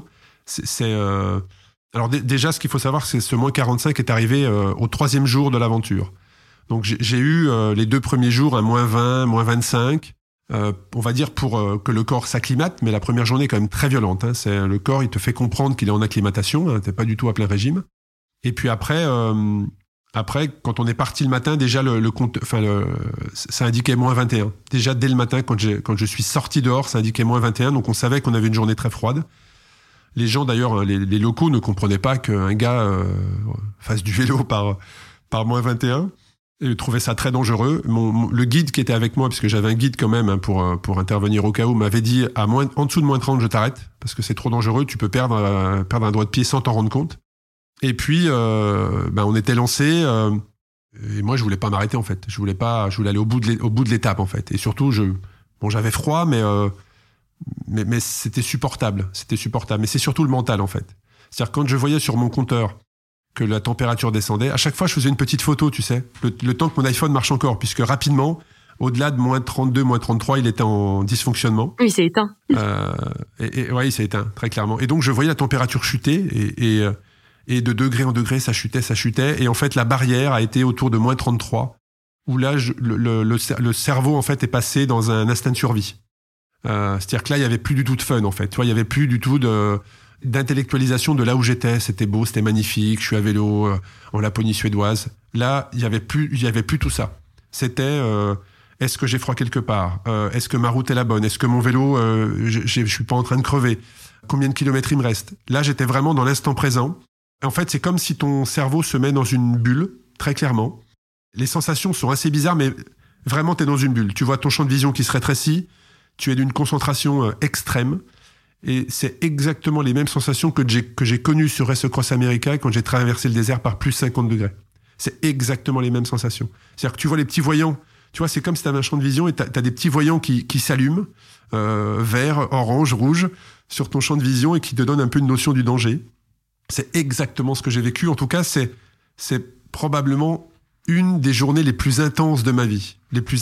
alors déjà, ce qu'il faut savoir, c'est que ce moins 45 est arrivé au 3e jour de l'aventure. Donc j'ai eu les 2 premiers jours un moins 20, moins 25, on va dire pour que le corps s'acclimate, mais la première journée est quand même très violente. C'est le corps, il te fait comprendre qu'il est en acclimatation, t'es pas du tout à plein régime. Et puis après, quand on est parti le matin, déjà ça indiquait moins 21. Déjà dès le matin, quand je suis sorti dehors, ça indiquait moins 21, donc on savait qu'on avait une journée très froide. Les gens d'ailleurs, les locaux ne comprenaient pas qu'un gars fasse du vélo par moins 21. Et trouvaient ça très dangereux. Le guide qui était avec moi, puisque j'avais un guide quand même pour intervenir au cas où, m'avait dit en dessous de moins 30, je t'arrête, parce que c'est trop dangereux, tu peux perdre un doigt de pied sans t'en rendre compte. Et puis, on était lancés, et moi je voulais pas m'arrêter en fait. Je voulais aller au bout de l'étape en fait. Et surtout, j'avais froid, mais c'était supportable. Mais c'est surtout le mental en fait. C'est-à-dire quand je voyais sur mon compteur que la température descendait, à chaque fois je faisais une petite photo, tu sais, le temps que mon iPhone marche encore, puisque rapidement, au-delà de moins 32, moins 33, il était en dysfonctionnement. Oui, c'est éteint. Oui, il s'est éteint, très clairement. Et donc je voyais la température chuter, et de degré en degré, ça chutait, et en fait la barrière a été autour de moins 33, où là, le cerveau en fait est passé dans un instinct de survie. C'est-à-dire que là, il y avait plus du tout de fun en fait, tu vois, il y avait plus du tout d'intellectualisation de là où j'étais. C'était beau, c'était magnifique, je suis à vélo en Laponie suédoise. Là, il y avait plus tout ça. C'était est-ce que j'ai froid quelque part, est-ce que ma route est la bonne, est-ce que mon vélo je suis pas en train de crever, combien de kilomètres il me reste. Là, j'étais vraiment dans l'instant présent. En fait, c'est comme si ton cerveau se met dans une bulle, très clairement. Les sensations sont assez bizarres, mais vraiment, t'es dans une bulle. Tu vois ton champ de vision qui se rétrécit, tu es d'une concentration extrême. Et c'est exactement les mêmes sensations que j'ai connues sur Race Across America quand j'ai traversé le désert par plus 50 degrés. C'est exactement les mêmes sensations. C'est-à-dire que tu vois les petits voyants, tu vois, c'est comme si tu avais un champ de vision et t'as des petits voyants qui s'allument, vert, orange, rouge, sur ton champ de vision et qui te donnent un peu une notion du danger. C'est exactement ce que j'ai vécu. En tout cas, c'est probablement une des journées les plus intenses de ma vie.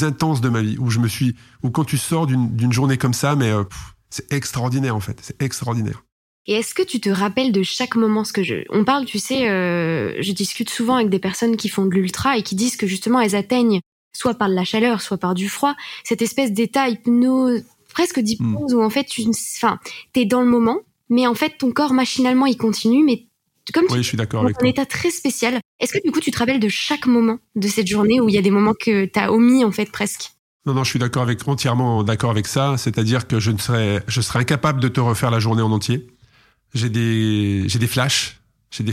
Où quand tu sors d'une journée comme ça, mais c'est extraordinaire en fait. C'est extraordinaire. Et est-ce que tu te rappelles de chaque moment on parle, tu sais, je discute souvent avec des personnes qui font de l'ultra et qui disent que justement elles atteignent, soit par de la chaleur, soit par du froid, cette espèce d'état presque d'hypnose où en fait t'es dans le moment, mais en fait ton corps machinalement il continue, mais comme oui, je suis d'accord avec toi. Un état très spécial. Est-ce que du coup tu te rappelles de chaque moment de cette journée où il y a des moments que t'as omis en fait presque? Non, je suis entièrement d'accord avec ça. C'est-à-dire que je serais incapable de te refaire la journée en entier. J'ai des flashs qui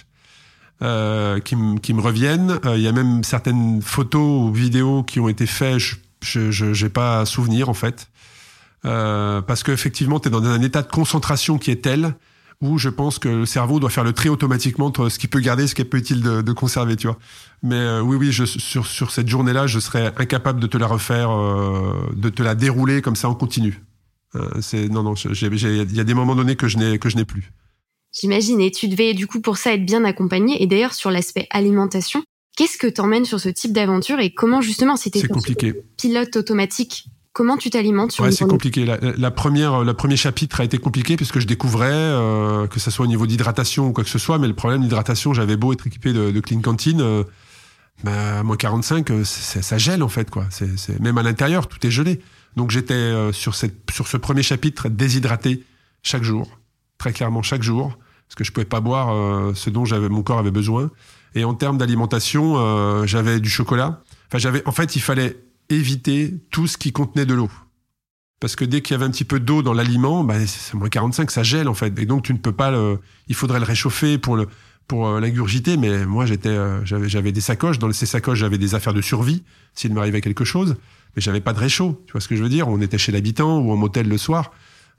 me reviennent. Il y a même certaines photos ou vidéos qui ont été faites. J'ai pas souvenir en fait, parce que effectivement t'es dans un état de concentration qui est tel où je pense que le cerveau doit faire le tri automatiquement entre ce qu'il peut garder et ce qui est peu utile de conserver, tu vois. Mais oui, sur cette journée-là, je serais incapable de te la refaire, de te la dérouler comme ça en continu. Il y a des moments donnés que je n'ai plus. J'imagine, et tu devais du coup pour ça être bien accompagné. Et d'ailleurs sur l'aspect alimentation, qu'est-ce que t'emmènes sur ce type d'aventure et comment justement c'était compliqué. Pilote automatique? Comment tu t'alimentes sur c'est compliqué. Le premier chapitre a été compliqué puisque je découvrais que ça soit au niveau d'hydratation ou quoi que ce soit, mais le problème d'hydratation, j'avais beau être équipé de Clean Canteen, moins 45, ça gèle en fait, quoi. C'est même à l'intérieur, tout est gelé. Donc j'étais sur ce premier chapitre déshydraté chaque jour, très clairement chaque jour, parce que je pouvais pas boire ce dont mon corps avait besoin. Et en termes d'alimentation, j'avais du chocolat. Il fallait éviter tout ce qui contenait de l'eau. Parce que dès qu'il y avait un petit peu d'eau dans l'aliment, c'est moins 45, ça gèle en fait. Et donc tu ne peux pas il faudrait le réchauffer pour l'ingurgiter. Mais moi j'avais des sacoches. Dans ces sacoches, j'avais des affaires de survie s'il m'arrivait quelque chose. Mais j'avais pas de réchaud. Tu vois ce que je veux dire? On était chez l'habitant ou en motel le soir.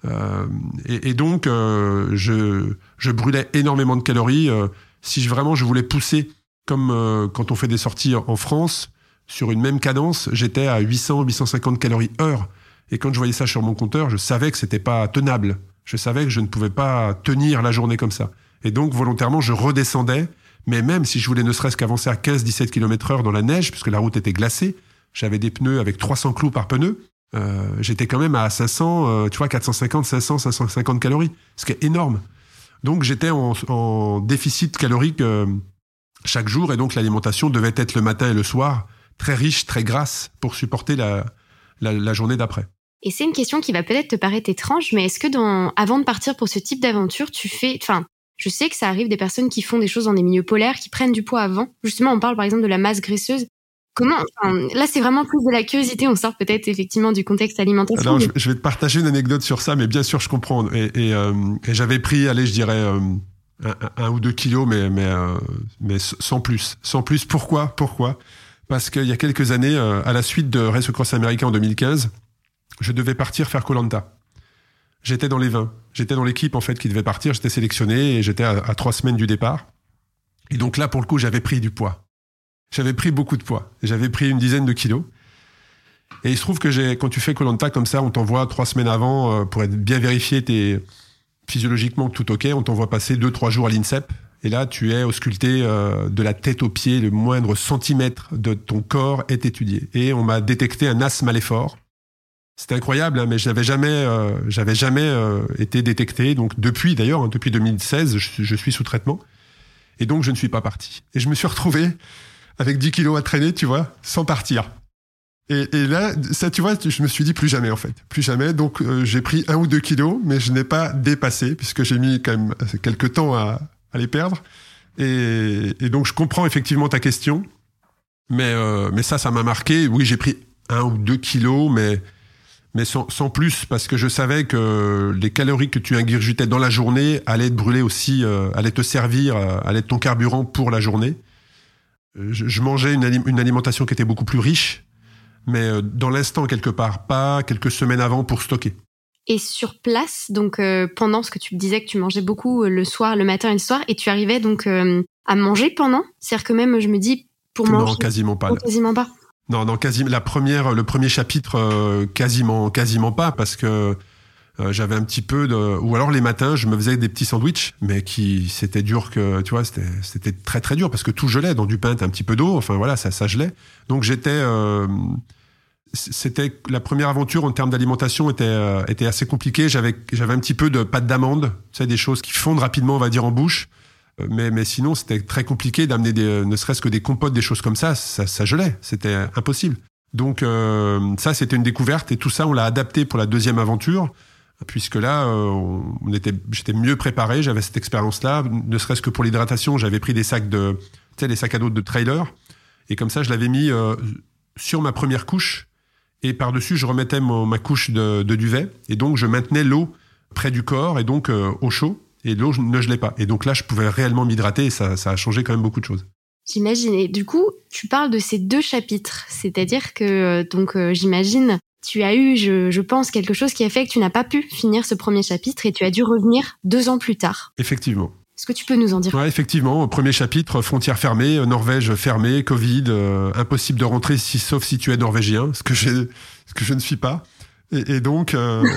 Et donc je brûlais énormément de calories. Si je voulais pousser comme quand on fait des sorties en France, sur une même cadence, j'étais à 800-850 calories heure. Et quand je voyais ça sur mon compteur, je savais que c'était pas tenable. Je savais que je ne pouvais pas tenir la journée comme ça. Et donc, volontairement, je redescendais. Mais même si je voulais ne serait-ce qu'avancer à 15-17 km/h dans la neige, puisque la route était glacée, j'avais des pneus avec 300 clous par pneu, j'étais quand même à 500, 450, 500, 550 calories. Ce qui est énorme. Donc, j'étais en déficit calorique chaque jour. Et donc, l'alimentation devait être le matin et le soir, très riche, très grasse, pour supporter la journée d'après. Et c'est une question qui va peut-être te paraître étrange, mais est-ce que avant de partir pour ce type d'aventure, je sais que ça arrive des personnes qui font des choses dans des milieux polaires, qui prennent du poids avant. Justement, on parle par exemple de la masse graisseuse. Là, c'est vraiment plus de la curiosité. On sort peut-être effectivement du contexte alimentaire. Alors, je vais te partager une anecdote sur ça, mais bien sûr, je comprends. Et j'avais pris, je dirais, 1 ou 2 kilos, mais sans plus. Sans plus. Pourquoi? Parce qu'il y a quelques années, à la suite de Race Across America en 2015, je devais partir faire Koh-Lanta. J'étais dans les 20. J'étais dans l'équipe, en fait, qui devait partir. J'étais sélectionné et j'étais à 3 semaines du départ. Et donc là, pour le coup, j'avais pris du poids. J'avais pris beaucoup de poids. J'avais pris une dizaine de kilos. Et il se trouve que quand tu fais Koh-Lanta comme ça, on t'envoie 3 semaines avant pour être bien vérifié, physiologiquement tout OK. On t'envoie passer 2-3 jours à l'INSEP. Et là, tu es ausculté de la tête aux pieds. Le moindre centimètre de ton corps est étudié. Et on m'a détecté un asthme à l'effort. C'était incroyable, hein, mais j'avais jamais été détecté. Donc depuis 2016, je suis sous traitement. Et donc, je ne suis pas parti. Et je me suis retrouvé avec 10 kilos à traîner, tu vois, sans partir. Et là, ça, tu vois, je me suis dit plus jamais, en fait. Plus jamais. Donc, j'ai pris 1 ou 2 kilos, mais je n'ai pas dépassé, puisque j'ai mis quand même quelques temps à les perdre. Et donc, je comprends effectivement ta question. Mais ça m'a marqué. Oui, j'ai pris 1 ou 2 kilos, mais sans plus, parce que je savais que les calories que tu ingurgitais dans la journée allaient être brûlées aussi, allaient te servir, allaient être ton carburant pour la journée. Je mangeais une alimentation qui était beaucoup plus riche, mais dans l'instant quelque part, pas quelques semaines avant pour stocker. Et sur place, donc pendant ce que tu me disais que tu mangeais beaucoup le soir, le matin et le soir, et tu arrivais donc à manger pendant? C'est-à-dire que même, je me dis, pour manger... Non, quasiment pas. Quasiment pas. Non, le premier chapitre, quasiment pas, parce que j'avais un petit peu de... Ou alors les matins, je me faisais des petits sandwichs, mais c'était dur que... Tu vois, c'était très très dur, parce que tout gelait. Dans du pain, t'as un petit peu d'eau, enfin voilà, ça gelait. Donc c'était la première aventure en termes d'alimentation était assez compliquée. J'avais un petit peu de pâte d'amande, tu sais, des choses qui fondent rapidement, on va dire, en bouche. Mais sinon, c'était très compliqué d'amener ne serait-ce que des compotes, des choses comme ça gelait. C'était impossible. Donc ça, c'était une découverte, et tout ça, on l'a adapté pour la deuxième aventure, puisque là, j'étais mieux préparé, j'avais cette expérience-là, ne serait-ce que pour l'hydratation, j'avais pris des sacs les sacs à dos de trailer, et comme ça, je l'avais mis sur ma première couche. Et par-dessus, je remettais ma couche de duvet. Et donc, je maintenais l'eau près du corps et donc au chaud. Et l'eau ne gelait pas. Et donc là, je pouvais réellement m'hydrater et ça a changé quand même beaucoup de choses. J'imagine. Et du coup, tu parles de ces 2 chapitres. C'est-à-dire que, j'imagine, tu as eu, je pense, quelque chose qui a fait que tu n'as pas pu finir ce premier chapitre et tu as dû revenir 2 ans plus tard. Effectivement. Est-ce que tu peux nous en dire? Ouais, effectivement. Premier chapitre, frontières fermées, Norvège fermée, Covid, impossible de rentrer sauf si tu es norvégien, ce que je ne suis pas. Et donc,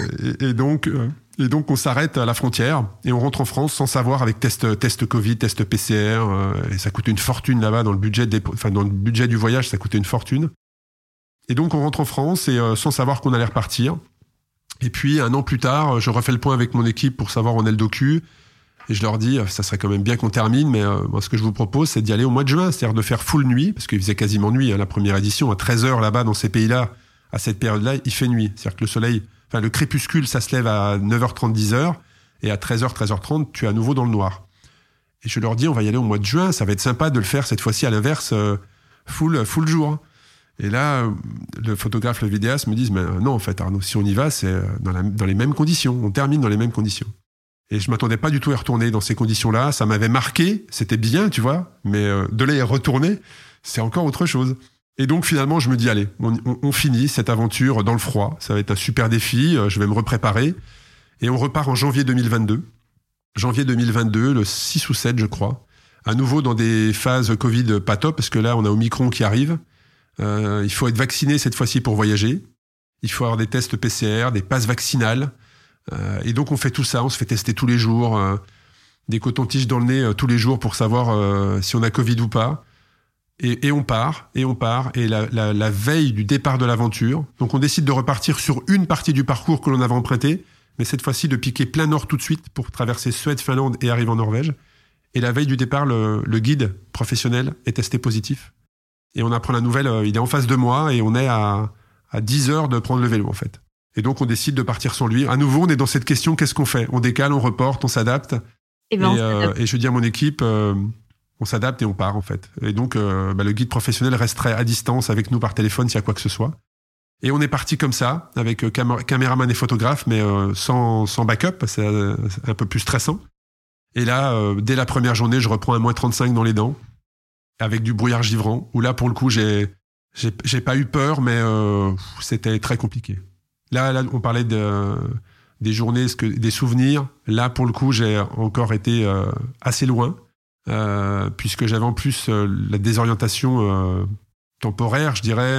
on s'arrête à la frontière et on rentre en France sans savoir, avec test Covid, test PCR, et ça coûtait une fortune là-bas dans le budget du voyage, ça coûtait une fortune. Et donc on rentre en France et sans savoir qu'on allait repartir. Et puis 1 an plus tard, je refais le point avec mon équipe pour savoir où en est le docu. Et je leur dis, ça serait quand même bien qu'on termine, mais moi, ce que je vous propose, c'est d'y aller au mois de juin, c'est-à-dire de faire full nuit, parce qu'il faisait quasiment nuit, la première édition, à 13h là-bas, dans ces pays-là, à cette période-là, il fait nuit. C'est-à-dire que le crépuscule, ça se lève à 9h30, 10h, et à 13h, 13h30, tu es à nouveau dans le noir. Et je leur dis, on va y aller au mois de juin, ça va être sympa de le faire cette fois-ci à l'inverse, full jour. Et là, le photographe, le vidéaste me disent, mais non, en fait, Arnaud, si on y va, c'est dans les mêmes conditions, on termine dans les mêmes conditions. Et je m'attendais pas du tout à y retourner dans ces conditions-là. Ça m'avait marqué, c'était bien, tu vois, mais de là y retourner, c'est encore autre chose. Et donc finalement, je me dis, allez, on finit cette aventure dans le froid. Ça va être un super défi, je vais me repréparer. Et on repart en janvier 2022. Janvier 2022, le 6 ou 7, je crois. À nouveau dans des phases Covid pas top, parce que là, on a Omicron qui arrive. Il faut être vacciné cette fois-ci pour voyager. Il faut avoir des tests PCR, des passes vaccinales. Et donc on fait tout ça, on se fait tester tous les jours, des cotons-tiges dans le nez tous les jours pour savoir si on a Covid ou pas. Et on part. Et la veille du départ de l'aventure, donc on décide de repartir sur une partie du parcours que l'on avait emprunté, mais cette fois-ci de piquer plein nord tout de suite pour traverser Suède, Finlande et arriver en Norvège. Et la veille du départ, le guide professionnel est testé positif. Et on apprend la nouvelle, il est en face de moi et on est à 10 heures de prendre le vélo en fait. Et donc, on décide de partir sans lui. À nouveau, on est dans cette question, qu'est-ce qu'on fait? On décale, on reporte, on s'adapte. Et je dis à mon équipe, on s'adapte et on part, en fait. Et donc, le guide professionnel resterait à distance avec nous par téléphone s'il y a quoi que ce soit. Et on est parti comme ça, avec caméraman et photographe, mais sans backup, c'est un peu plus stressant. Et là, dès la première journée, je reprends un moins 35 dans les dents, avec du brouillard givrant, où là, pour le coup, j'ai pas eu peur, mais c'était très compliqué. Là, on parlait des journées, des souvenirs. Là, pour le coup, j'ai encore été assez loin, puisque j'avais en plus la désorientation temporaire, je dirais.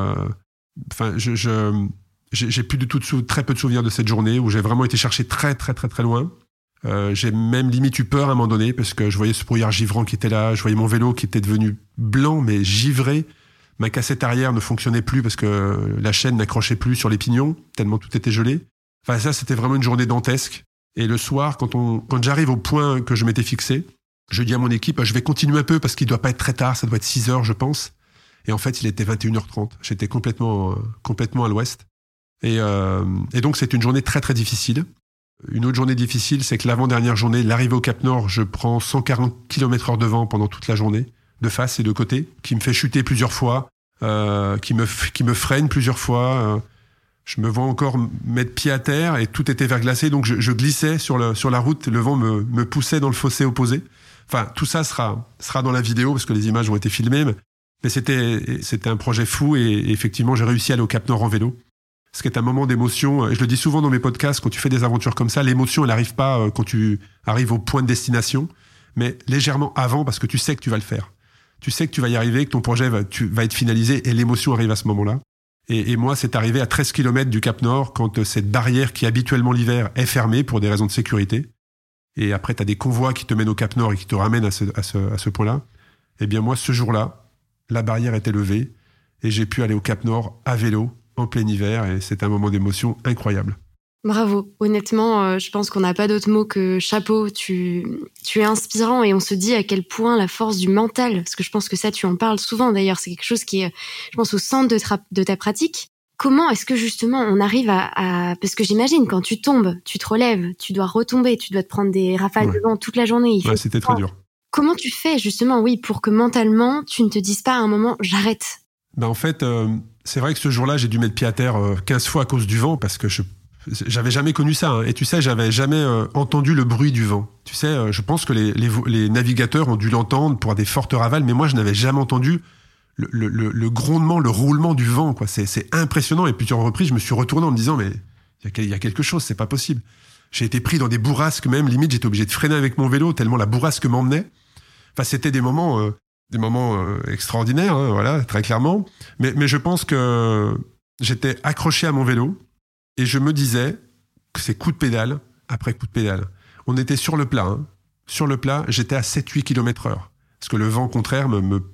J'ai plus du tout très peu de souvenirs de cette journée où j'ai vraiment été chercher très, très, très, très loin. J'ai même limite eu peur à un moment donné, parce que je voyais ce brouillard givrant qui était là, je voyais mon vélo qui était devenu blanc, mais givré. Ma cassette arrière ne fonctionnait plus parce que la chaîne n'accrochait plus sur les pignons, tellement tout était gelé. Enfin, ça, c'était vraiment une journée dantesque. Et le soir, quand j'arrive au point que je m'étais fixé, je dis à mon équipe, je vais continuer un peu parce qu'il doit pas être très tard, ça doit être 6 heures, je pense. Et en fait, il était 21h30. J'étais complètement à l'ouest. Et donc, c'est une journée très, très difficile. Une autre journée difficile, c'est que l'avant-dernière journée, l'arrivée au Cap Nord, je prends 140 km/h de vent pendant toute la journée, de face et de côté, qui me fait chuter plusieurs fois, qui me freine plusieurs fois. Je me vois encore mettre pied à terre et tout était verglacé, donc je glissais sur la route, le vent me poussait dans le fossé opposé. Enfin, tout ça sera dans la vidéo parce que les images ont été filmées, mais c'était un projet fou et effectivement, j'ai réussi à aller au Cap Nord en vélo. ce qui est un moment d'émotion. Et je le dis souvent dans mes podcasts, quand tu fais des aventures comme ça, l'émotion, elle n'arrive pas quand tu arrives au point de destination, mais légèrement avant, parce que tu sais que tu vas le faire. Tu sais que tu vas y arriver, que ton projet va être finalisé, et l'émotion arrive à ce moment-là. Et moi, c'est arrivé à 13 km du Cap Nord, quand cette barrière qui habituellement l'hiver est fermée pour des raisons de sécurité. Et après, tu as des convois qui te mènent au Cap Nord et qui te ramènent à ce point-là. Eh bien moi, ce jour-là, la barrière était levée et j'ai pu aller au Cap Nord à vélo en plein hiver, et c'est un moment d'émotion incroyable. Bravo. Honnêtement, je pense qu'on n'a pas d'autre mot que chapeau. Tu es inspirant, et on se dit à quel point la force du mental, parce que je pense que ça, tu en parles souvent d'ailleurs, c'est quelque chose qui est, je pense, au centre de ta pratique. Comment est-ce que justement on arrive à... Parce que j'imagine, quand tu tombes, tu te relèves, tu dois retomber, tu dois te prendre des rafales de vent toute la journée. C'était très dur. Comment tu fais justement, pour que mentalement, tu ne te dises pas à un moment, j'arrête? En fait, c'est vrai que ce jour-là, j'ai dû mettre pied à terre 15 fois à cause du vent, parce que j'avais jamais connu ça. Hein. Et tu sais, j'avais jamais entendu le bruit du vent. Tu sais, je pense que les navigateurs ont dû l'entendre pour des fortes ravales, mais moi, je n'avais jamais entendu le grondement, le roulement du vent, quoi. C'est impressionnant. Et plusieurs reprises, je me suis retourné en me disant, mais il y a quelque chose, c'est pas possible. J'ai été pris dans des bourrasques même, limite, j'étais obligé de freiner avec mon vélo tellement la bourrasque m'emmenait. Enfin, c'était des moments extraordinaires, hein, voilà, très clairement. Mais je pense que j'étais accroché à mon vélo et je me disais que c'est coup de pédale après coup de pédale. On était sur le plat. Hein. Sur le plat, j'étais à 7-8 km/h. Parce que le vent contraire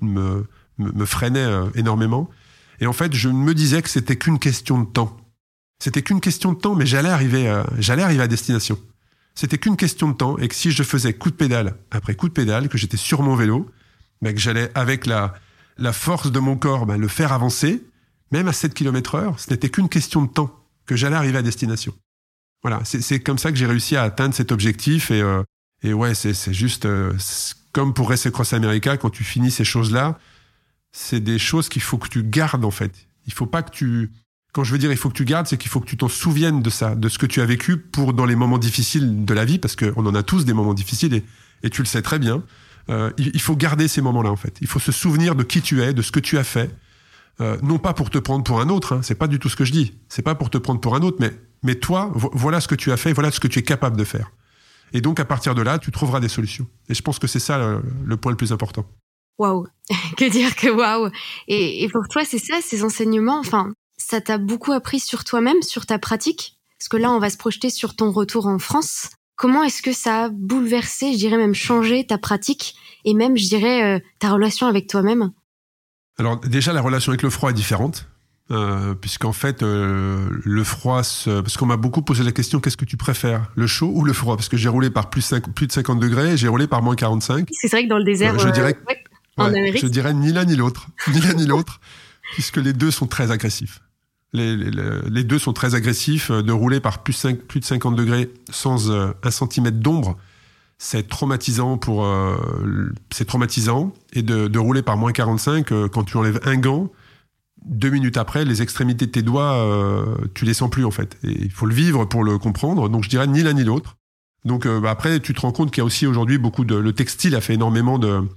me freinait énormément. Et en fait, je me disais que c'était qu'une question de temps. C'était qu'une question de temps, mais j'allais arriver à destination. C'était qu'une question de temps, et que si je faisais coup de pédale après coup de pédale, que j'étais sur mon vélo, que j'allais avec la force de mon corps le faire avancer, même à 7 km/h, ce n'était qu'une question de temps, que j'allais arriver à destination. Voilà, c'est comme ça que j'ai réussi à atteindre cet objectif, et ouais, c'est juste comme pour Race Across America, quand tu finis ces choses-là, c'est des choses qu'il faut que tu gardes, en fait. Il faut pas que tu... Quand je veux dire il faut que tu gardes, c'est qu'il faut que tu t'en souviennes de ça, de ce que tu as vécu pour dans les moments difficiles de la vie, parce qu'on en a tous des moments difficiles, et tu le sais très bien. Il faut garder ces moments-là, en fait. Il faut se souvenir de qui tu es, de ce que tu as fait. Non pas pour te prendre pour un autre, hein, c'est pas du tout ce que je dis. C'est pas pour te prendre pour un autre, mais toi, voilà ce que tu as fait, voilà ce que tu es capable de faire. Et donc, à partir de là, tu trouveras des solutions. Et je pense que c'est ça le point le plus important. Waouh. Que dire que waouh. Et pour toi, c'est ça, ces enseignements, enfin... Ça t'a beaucoup appris sur toi-même, sur ta pratique? Parce que là, on va se projeter sur ton retour en France. Comment est-ce que ça a bouleversé, je dirais même changé ta pratique, et même, je dirais, ta relation avec toi-même? Alors déjà, la relation avec le froid est différente, puisqu'en fait, le froid... Parce qu'on m'a beaucoup posé la question, qu'est-ce que tu préfères, le chaud ou le froid? Parce que j'ai roulé par plus de 50 degrés, et j'ai roulé par moins 45. C'est vrai que dans le désert, en Amérique... Je dirais ni l'un ni l'autre. Ni l'un ni l'autre, puisque les deux sont très agressifs. Les deux sont très agressifs. De rouler par plus de 50 degrés sans 1 centimètre d'ombre, c'est traumatisant c'est traumatisant. Et de rouler par moins 45, quand tu enlèves un gant, 2 minutes après, les extrémités de tes doigts, tu les sens plus, en fait. Et il faut le vivre pour le comprendre. Donc je dirais ni l'un ni l'autre. Donc après, tu te rends compte qu'il y a aussi aujourd'hui le textile a fait énormément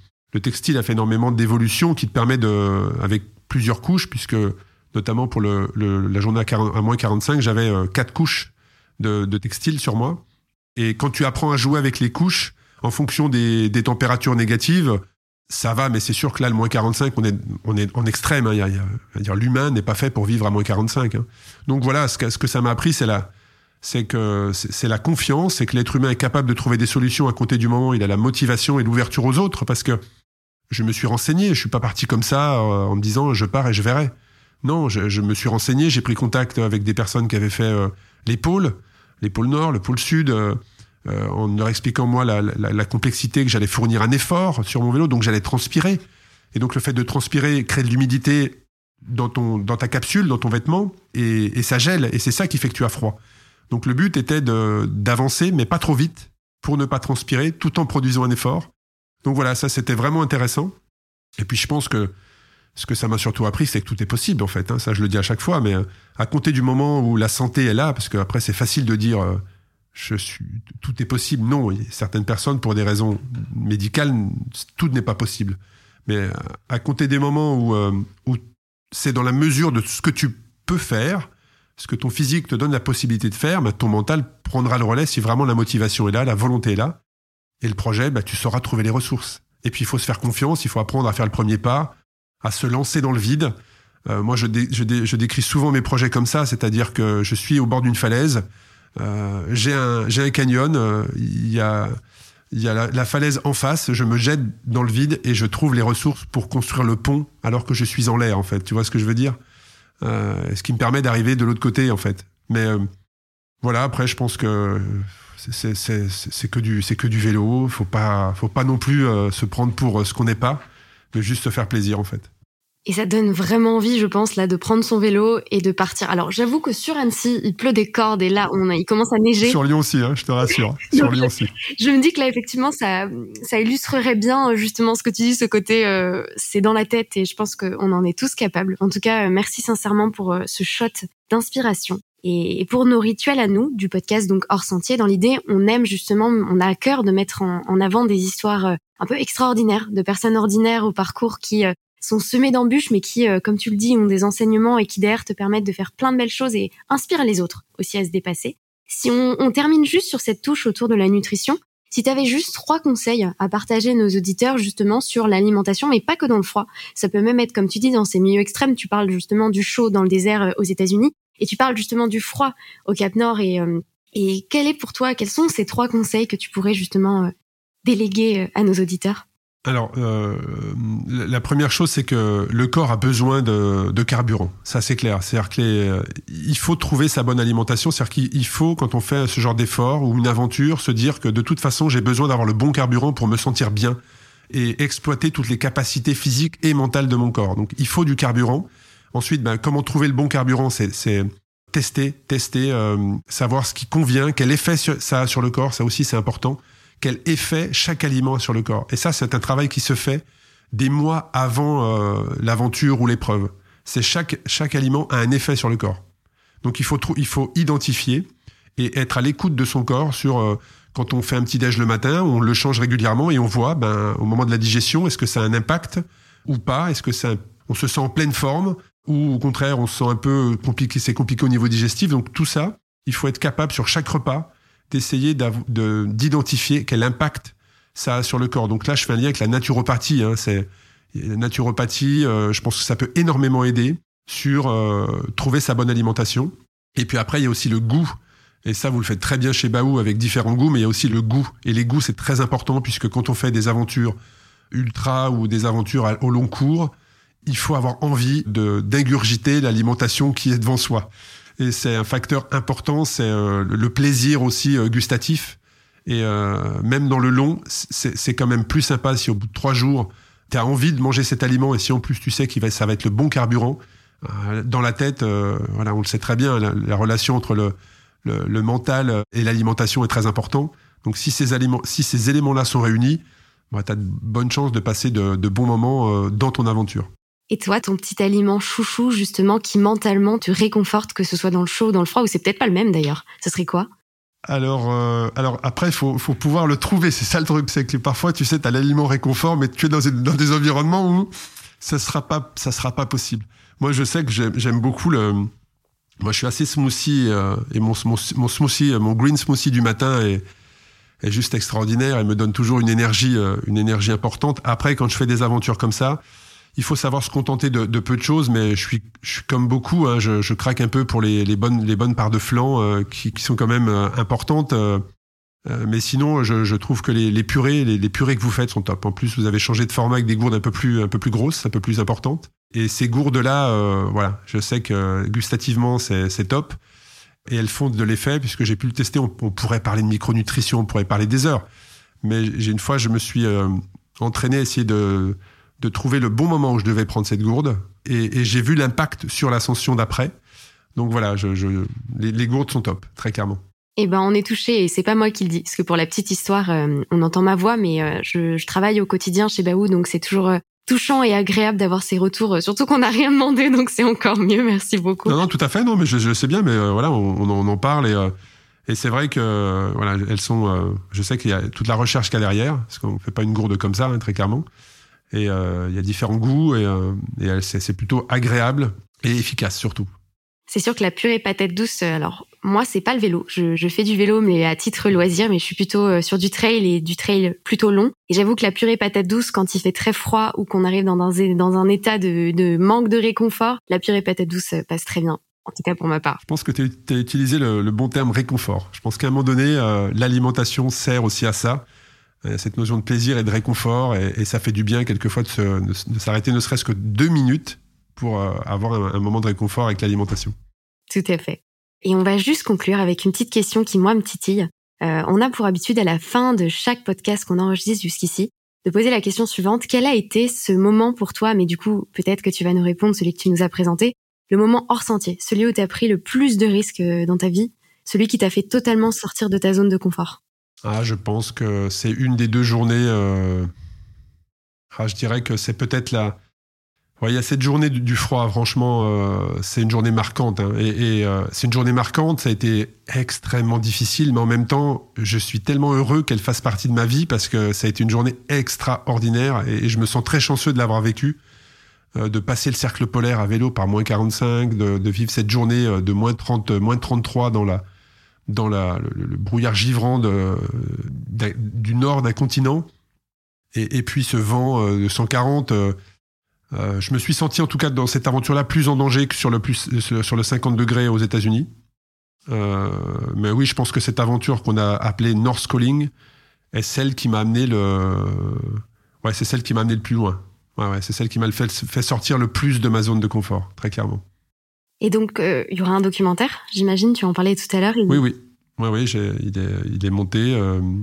d'évolution qui te permet avec plusieurs couches, puisque notamment pour la journée à moins 45, j'avais 4 couches de textile sur moi. Et quand tu apprends à jouer avec les couches, en fonction des températures négatives, ça va, mais c'est sûr que là, le moins 45, on est en extrême. Hein, l'humain n'est pas fait pour vivre à moins 45. Hein. Donc voilà, ce que ça m'a appris, c'est la confiance, c'est que l'être humain est capable de trouver des solutions à compter du moment où il a la motivation et l'ouverture aux autres, parce que je me suis renseigné, je suis pas parti comme ça en me disant je pars et je verrai. Non, je me suis renseigné, j'ai pris contact avec des personnes qui avaient fait les pôles Nord, le pôle Sud, en leur expliquant moi la complexité, que j'allais fournir un effort sur mon vélo, donc j'allais transpirer. Et donc le fait de transpirer crée de l'humidité dans ta capsule, dans ton vêtement, et ça gèle, et c'est ça qui fait que tu as froid. Donc le but était d'avancer, mais pas trop vite, pour ne pas transpirer, tout en produisant un effort. Donc voilà, ça c'était vraiment intéressant. Et puis je pense que ce que ça m'a surtout appris, c'est que tout est possible, en fait. Hein. Ça, je le dis à chaque fois, mais à compter du moment où la santé est là, parce qu'après, c'est facile de dire tout est possible. Non, certaines personnes, pour des raisons médicales, tout n'est pas possible. Mais à compter des moments où c'est dans la mesure de ce que tu peux faire, ce que ton physique te donne la possibilité de faire, ton mental prendra le relais si vraiment la motivation est là, la volonté est là. Et le projet, tu sauras trouver les ressources. Et puis, il faut se faire confiance, il faut apprendre à faire le premier pas, à se lancer dans le vide. Moi, je décris souvent mes projets comme ça, c'est-à-dire que je suis au bord d'une falaise, j'ai un canyon, il y a la falaise en face, je me jette dans le vide et je trouve les ressources pour construire le pont alors que je suis en l'air, en fait. Tu vois ce que je veux dire ? Ce qui me permet d'arriver de l'autre côté, en fait. Mais voilà, après, je pense que c'est que du vélo. Faut pas non plus se prendre pour ce qu'on n'est pas, de juste se faire plaisir, en fait. Et ça donne vraiment envie, je pense, là, de prendre son vélo et de partir. Alors, j'avoue que sur Annecy, il pleut des cordes et là, il commence à neiger. Sur Lyon aussi, je te rassure. Sur Lyon aussi. Je me dis que là, effectivement, ça illustrerait bien, justement, ce que tu dis, ce côté, c'est dans la tête et je pense qu'on en est tous capables. En tout cas, merci sincèrement pour ce shot d'inspiration. Et pour nos rituels à nous, du podcast, donc hors sentier, dans l'idée, on a à cœur de mettre en avant des histoires un peu extraordinaires, de personnes ordinaires au parcours qui sont semés d'embûches, mais qui, comme tu le dis, ont des enseignements et qui derrière te permettent de faire plein de belles choses et inspirent les autres aussi à se dépasser. Si on termine juste sur cette touche autour de la nutrition, si tu avais juste 3 conseils à partager à nos auditeurs justement sur l'alimentation, mais pas que dans le froid, ça peut même être, comme tu dis, dans ces milieux extrêmes, tu parles justement du chaud dans le désert aux États-Unis, et tu parles justement du froid au Cap Nord, et quels sont ces 3 conseils que tu pourrais justement déléguer à nos auditeurs ? Alors, la première chose, c'est que le corps a besoin de carburant. Ça, c'est clair. C'est-à-dire qu'il faut trouver sa bonne alimentation. C'est-à-dire qu'il faut, quand on fait ce genre d'effort ou une aventure, se dire que de toute façon, j'ai besoin d'avoir le bon carburant pour me sentir bien et exploiter toutes les capacités physiques et mentales de mon corps. Donc, il faut du carburant. Ensuite, comment trouver le bon carburant, c'est tester, savoir ce qui convient, quel effet ça a sur le corps. Ça aussi, c'est important. Quel effet chaque aliment a sur le corps. Et ça, c'est un travail qui se fait des mois avant l'aventure ou l'épreuve. C'est chaque aliment a un effet sur le corps. Donc il faut identifier et être à l'écoute de son corps sur quand on fait un petit déj le matin, on le change régulièrement et on voit au moment de la digestion, est-ce que ça a un impact ou pas? Est-ce que on se sent en pleine forme ou au contraire on se sent un peu compliqué, c'est compliqué au niveau digestif. Donc tout ça, il faut être capable sur chaque repas d'essayer d'identifier quel impact ça a sur le corps. Donc là, je fais un lien avec la naturopathie. La naturopathie, je pense que ça peut énormément aider sur trouver sa bonne alimentation. Et puis après, il y a aussi le goût. Et ça, vous le faites très bien chez Baou avec différents goûts, mais il y a aussi le goût. Et les goûts, c'est très important puisque quand on fait des aventures ultra ou des aventures au long cours, il faut avoir envie d'ingurgiter l'alimentation qui est devant soi. Et c'est un facteur important, c'est le plaisir aussi gustatif. Et même dans le long, c'est quand même plus sympa si au bout de 3 jours, tu as envie de manger cet aliment et si en plus tu sais ça va être le bon carburant. Dans la tête, on le sait très bien, la relation entre le mental et l'alimentation est très importante. Donc si ces éléments-là sont réunis, tu as de bonnes chances de passer de bons moments dans ton aventure. Et toi, ton petit aliment chouchou, justement, qui mentalement te réconforte, que ce soit dans le chaud ou dans le froid, ou c'est peut-être pas le même d'ailleurs, ce serait quoi ? Alors après, faut pouvoir le trouver. C'est ça le truc, c'est que parfois, tu sais, t'as l'aliment réconfort, mais tu es dans des environnements où ça sera pas possible. Moi, je sais que j'aime beaucoup moi, je suis assez smoothie, et mon smoothie, mon green smoothie du matin est juste extraordinaire. Il me donne toujours une énergie importante. Après, quand je fais des aventures comme ça, il faut savoir se contenter de peu de choses, mais je suis comme beaucoup, je craque un peu pour les bonnes parts de flan qui sont quand même importantes. Mais sinon, je trouve que les purées que vous faites sont top. En plus, vous avez changé de format avec des gourdes un peu plus grosses, un peu plus importantes. Et ces gourdes-là, je sais que gustativement, c'est top. Et elles font de l'effet, puisque j'ai pu le tester. On pourrait parler de micronutrition, on pourrait parler des heures. Mais une fois, je me suis entraîné à essayer de trouver le bon moment où je devais prendre cette gourde. Et j'ai vu l'impact sur l'ascension d'après. Donc voilà, les gourdes sont top, très clairement. Eh ben, on est touché et c'est pas moi qui le dis. Parce que pour la petite histoire, on entend ma voix, mais je travaille au quotidien chez Baou, donc c'est toujours touchant et agréable d'avoir ces retours, surtout qu'on n'a rien demandé, donc c'est encore mieux. Merci beaucoup. Non, tout à fait, non, mais je sais bien, mais on en parle et c'est vrai que elles sont. Je sais qu'il y a toute la recherche qu'il y a derrière, parce qu'on fait pas une gourde comme ça, très clairement. Et il y a différents goûts et c'est plutôt agréable et efficace surtout. C'est sûr que la purée patate douce, alors moi c'est pas le vélo, je fais du vélo mais à titre loisir, mais je suis plutôt sur du trail et du trail plutôt long. Et j'avoue que la purée patate douce, quand il fait très froid ou qu'on arrive dans un état de manque de réconfort, la purée patate douce passe très bien. En tout cas pour ma part. Je pense que tu as utilisé le bon terme réconfort. Je pense qu'à un moment donné, l'alimentation sert aussi à ça, cette notion de plaisir et de réconfort, et ça fait du bien quelquefois de s'arrêter ne serait-ce que 2 minutes pour avoir un moment de réconfort avec l'alimentation. Tout à fait. Et on va juste conclure avec une petite question qui, moi, me titille. On a pour habitude, à la fin de chaque podcast qu'on enregistre jusqu'ici, de poser la question suivante. Quel a été ce moment pour toi, mais du coup, peut-être que tu vas nous répondre, celui que tu nous as présenté, le moment hors sentier, celui où tu as pris le plus de risques dans ta vie, celui qui t'a fait totalement sortir de ta zone de confort? Je pense que c'est une des 2 journées... je dirais que c'est peut-être la... Ouais, il y a cette journée du froid, franchement, c'est une journée marquante. Hein, et c'est une journée marquante, ça a été extrêmement difficile, mais en même temps, je suis tellement heureux qu'elle fasse partie de ma vie parce que ça a été une journée extraordinaire et je me sens très chanceux de l'avoir vécue, de passer le cercle polaire à vélo par moins 45, de vivre cette journée de moins 30, moins 33 dans le brouillard givrant du nord d'un continent. Et puis ce vent de 140... je me suis senti en tout cas dans cette aventure-là plus en danger que sur le 50 degrés aux États-Unis. Mais oui, je pense que cette aventure qu'on a appelée North Calling est celle qui m'a amené c'est celle qui m'a amené le plus loin. Ouais, c'est celle qui m'a fait sortir le plus de ma zone de confort, très clairement. Et donc, il y aura un documentaire, j'imagine, tu en parlais tout à l'heure. Oui. Il est monté.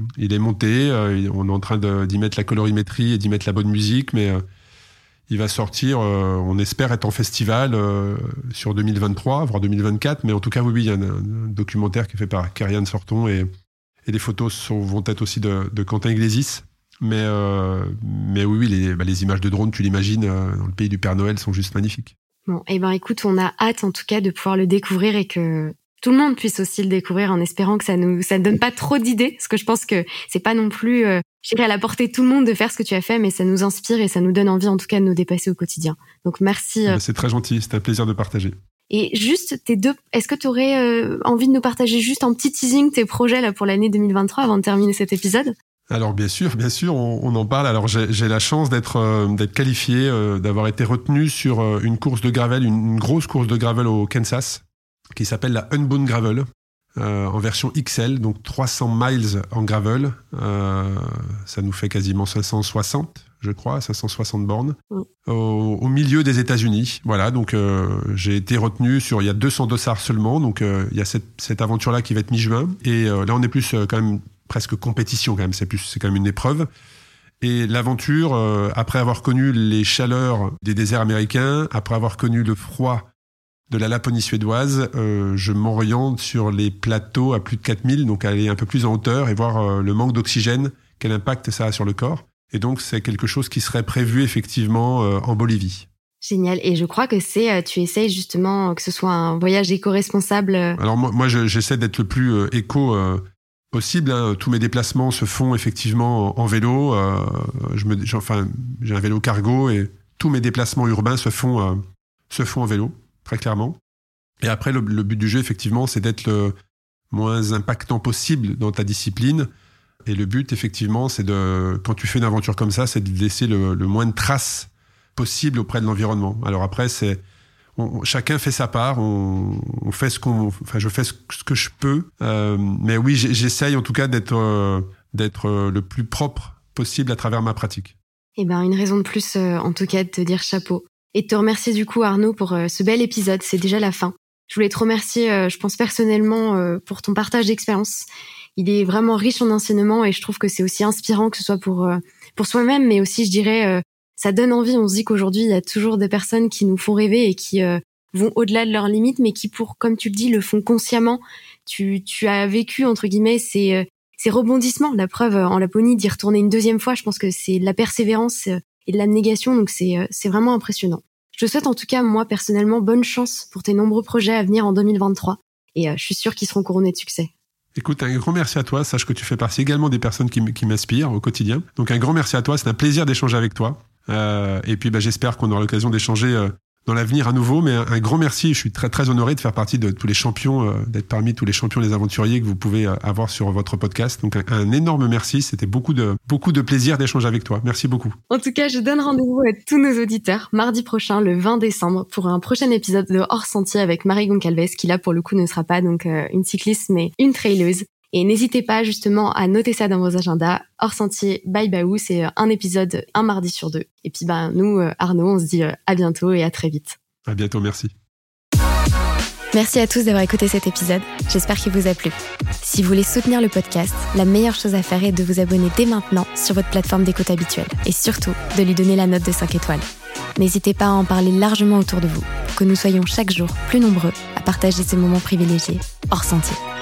On est en train d'y mettre la colorimétrie et d'y mettre la bonne musique, mais... il va sortir, on espère être en festival sur 2023, voire 2024. Mais en tout cas, oui, il y a un documentaire qui est fait par Karianne Sorton et les photos vont être aussi de Quentin Iglesias. Mais oui, les images de drone, tu l'imagines, dans le pays du Père Noël, sont juste magnifiques. Bon, écoute, on a hâte en tout cas de pouvoir le découvrir et que tout le monde puisse aussi le découvrir en espérant que ça ne donne pas trop d'idées, parce que je pense que c'est pas non plus, je dirais, à la portée de tout le monde de faire ce que tu as fait, mais ça nous inspire et ça nous donne envie en tout cas de nous dépasser au quotidien. Donc merci. C'est très gentil, c'est un plaisir de partager. Et juste est-ce que tu aurais envie de nous partager juste en petit teasing tes projets là pour l'année 2023 avant de terminer cet épisode? Alors bien sûr, on en parle. Alors j'ai la chance d'être qualifié, d'avoir été retenu sur une course de gravel, une grosse course de gravel au Kansas, qui s'appelle la Unbound Gravel, en version XL, donc 300 miles en gravel. Ça nous fait quasiment 560, je crois, 560 bornes, au milieu des États-Unis. Voilà, donc j'ai été retenu il y a 200 dossards seulement, donc il y a cette aventure-là qui va être mi-juin. Et là, on est plus quand même presque compétition, quand même. C'est quand même une épreuve. Et l'aventure, après avoir connu les chaleurs des déserts américains, après avoir connu le froid de la Laponie suédoise, je m'oriente sur les plateaux à plus de 4000, donc aller un peu plus en hauteur et voir le manque d'oxygène, quel impact ça a sur le corps. Et donc, c'est quelque chose qui serait prévu effectivement en Bolivie. Génial. Et je crois que tu essayes justement que ce soit un voyage éco-responsable. Alors moi j'essaie d'être le plus éco possible. Hein. Tous mes déplacements se font effectivement en vélo. J'ai un vélo cargo et tous mes déplacements urbains se font en vélo. Très clairement. Et après, le but du jeu, effectivement, c'est d'être le moins impactant possible dans ta discipline. Et le but, effectivement, quand tu fais une aventure comme ça, c'est de laisser le moins de traces possible auprès de l'environnement. Alors après, chacun fait sa part. On fait je fais ce que je peux. Mais oui, j'essaye en tout cas d'être le plus propre possible à travers ma pratique. Une raison de plus, en tout cas, de te dire chapeau. Et de te remercier du coup, Arnaud, pour ce bel épisode. C'est déjà la fin. Je voulais te remercier, je pense personnellement, pour ton partage d'expérience. Il est vraiment riche en enseignements et je trouve que c'est aussi inspirant, que ce soit pour soi-même, mais aussi, je dirais, ça donne envie. On se dit qu'aujourd'hui, il y a toujours des personnes qui nous font rêver et qui vont au-delà de leurs limites, mais qui, comme tu le dis, le font consciemment. Tu as vécu, entre guillemets, ces rebondissements. La preuve, en Laponie, d'y retourner une deuxième fois, je pense que c'est de la persévérance et de l'abnégation, donc c'est vraiment impressionnant. Je te souhaite en tout cas, moi, personnellement, bonne chance pour tes nombreux projets à venir en 2023 et je suis sûre qu'ils seront couronnés de succès. Écoute, un grand merci à toi. Sache que tu fais partie également des personnes qui m'inspirent au quotidien. Donc un grand merci à toi. C'est un plaisir d'échanger avec toi. Et puis j'espère qu'on aura l'occasion d'échanger dans l'avenir à nouveau. Mais un grand merci. Je suis très, très honoré de faire partie de tous les champions, d'être parmi tous les champions des aventuriers que vous pouvez avoir sur votre podcast. Donc, un énorme merci. C'était beaucoup de plaisir d'échanger avec toi. Merci beaucoup. En tout cas, je donne rendez-vous à tous nos auditeurs mardi prochain, le 20 décembre, pour un prochain épisode de Hors Sentier avec Marie Goncalves, qui là, pour le coup, ne sera pas donc une cycliste, mais une traileuse. Et n'hésitez pas justement à noter ça dans vos agendas. Hors Sentier by Baou, c'est un épisode un mardi sur 2. Et puis nous, Arnaud, on se dit à bientôt et à très vite. À bientôt, merci. Merci à tous d'avoir écouté cet épisode. J'espère qu'il vous a plu. Si vous voulez soutenir le podcast, la meilleure chose à faire est de vous abonner dès maintenant sur votre plateforme d'écoute habituelle. Et surtout, de lui donner la note de 5 étoiles. N'hésitez pas à en parler largement autour de vous pour que nous soyons chaque jour plus nombreux à partager ces moments privilégiés hors sentier.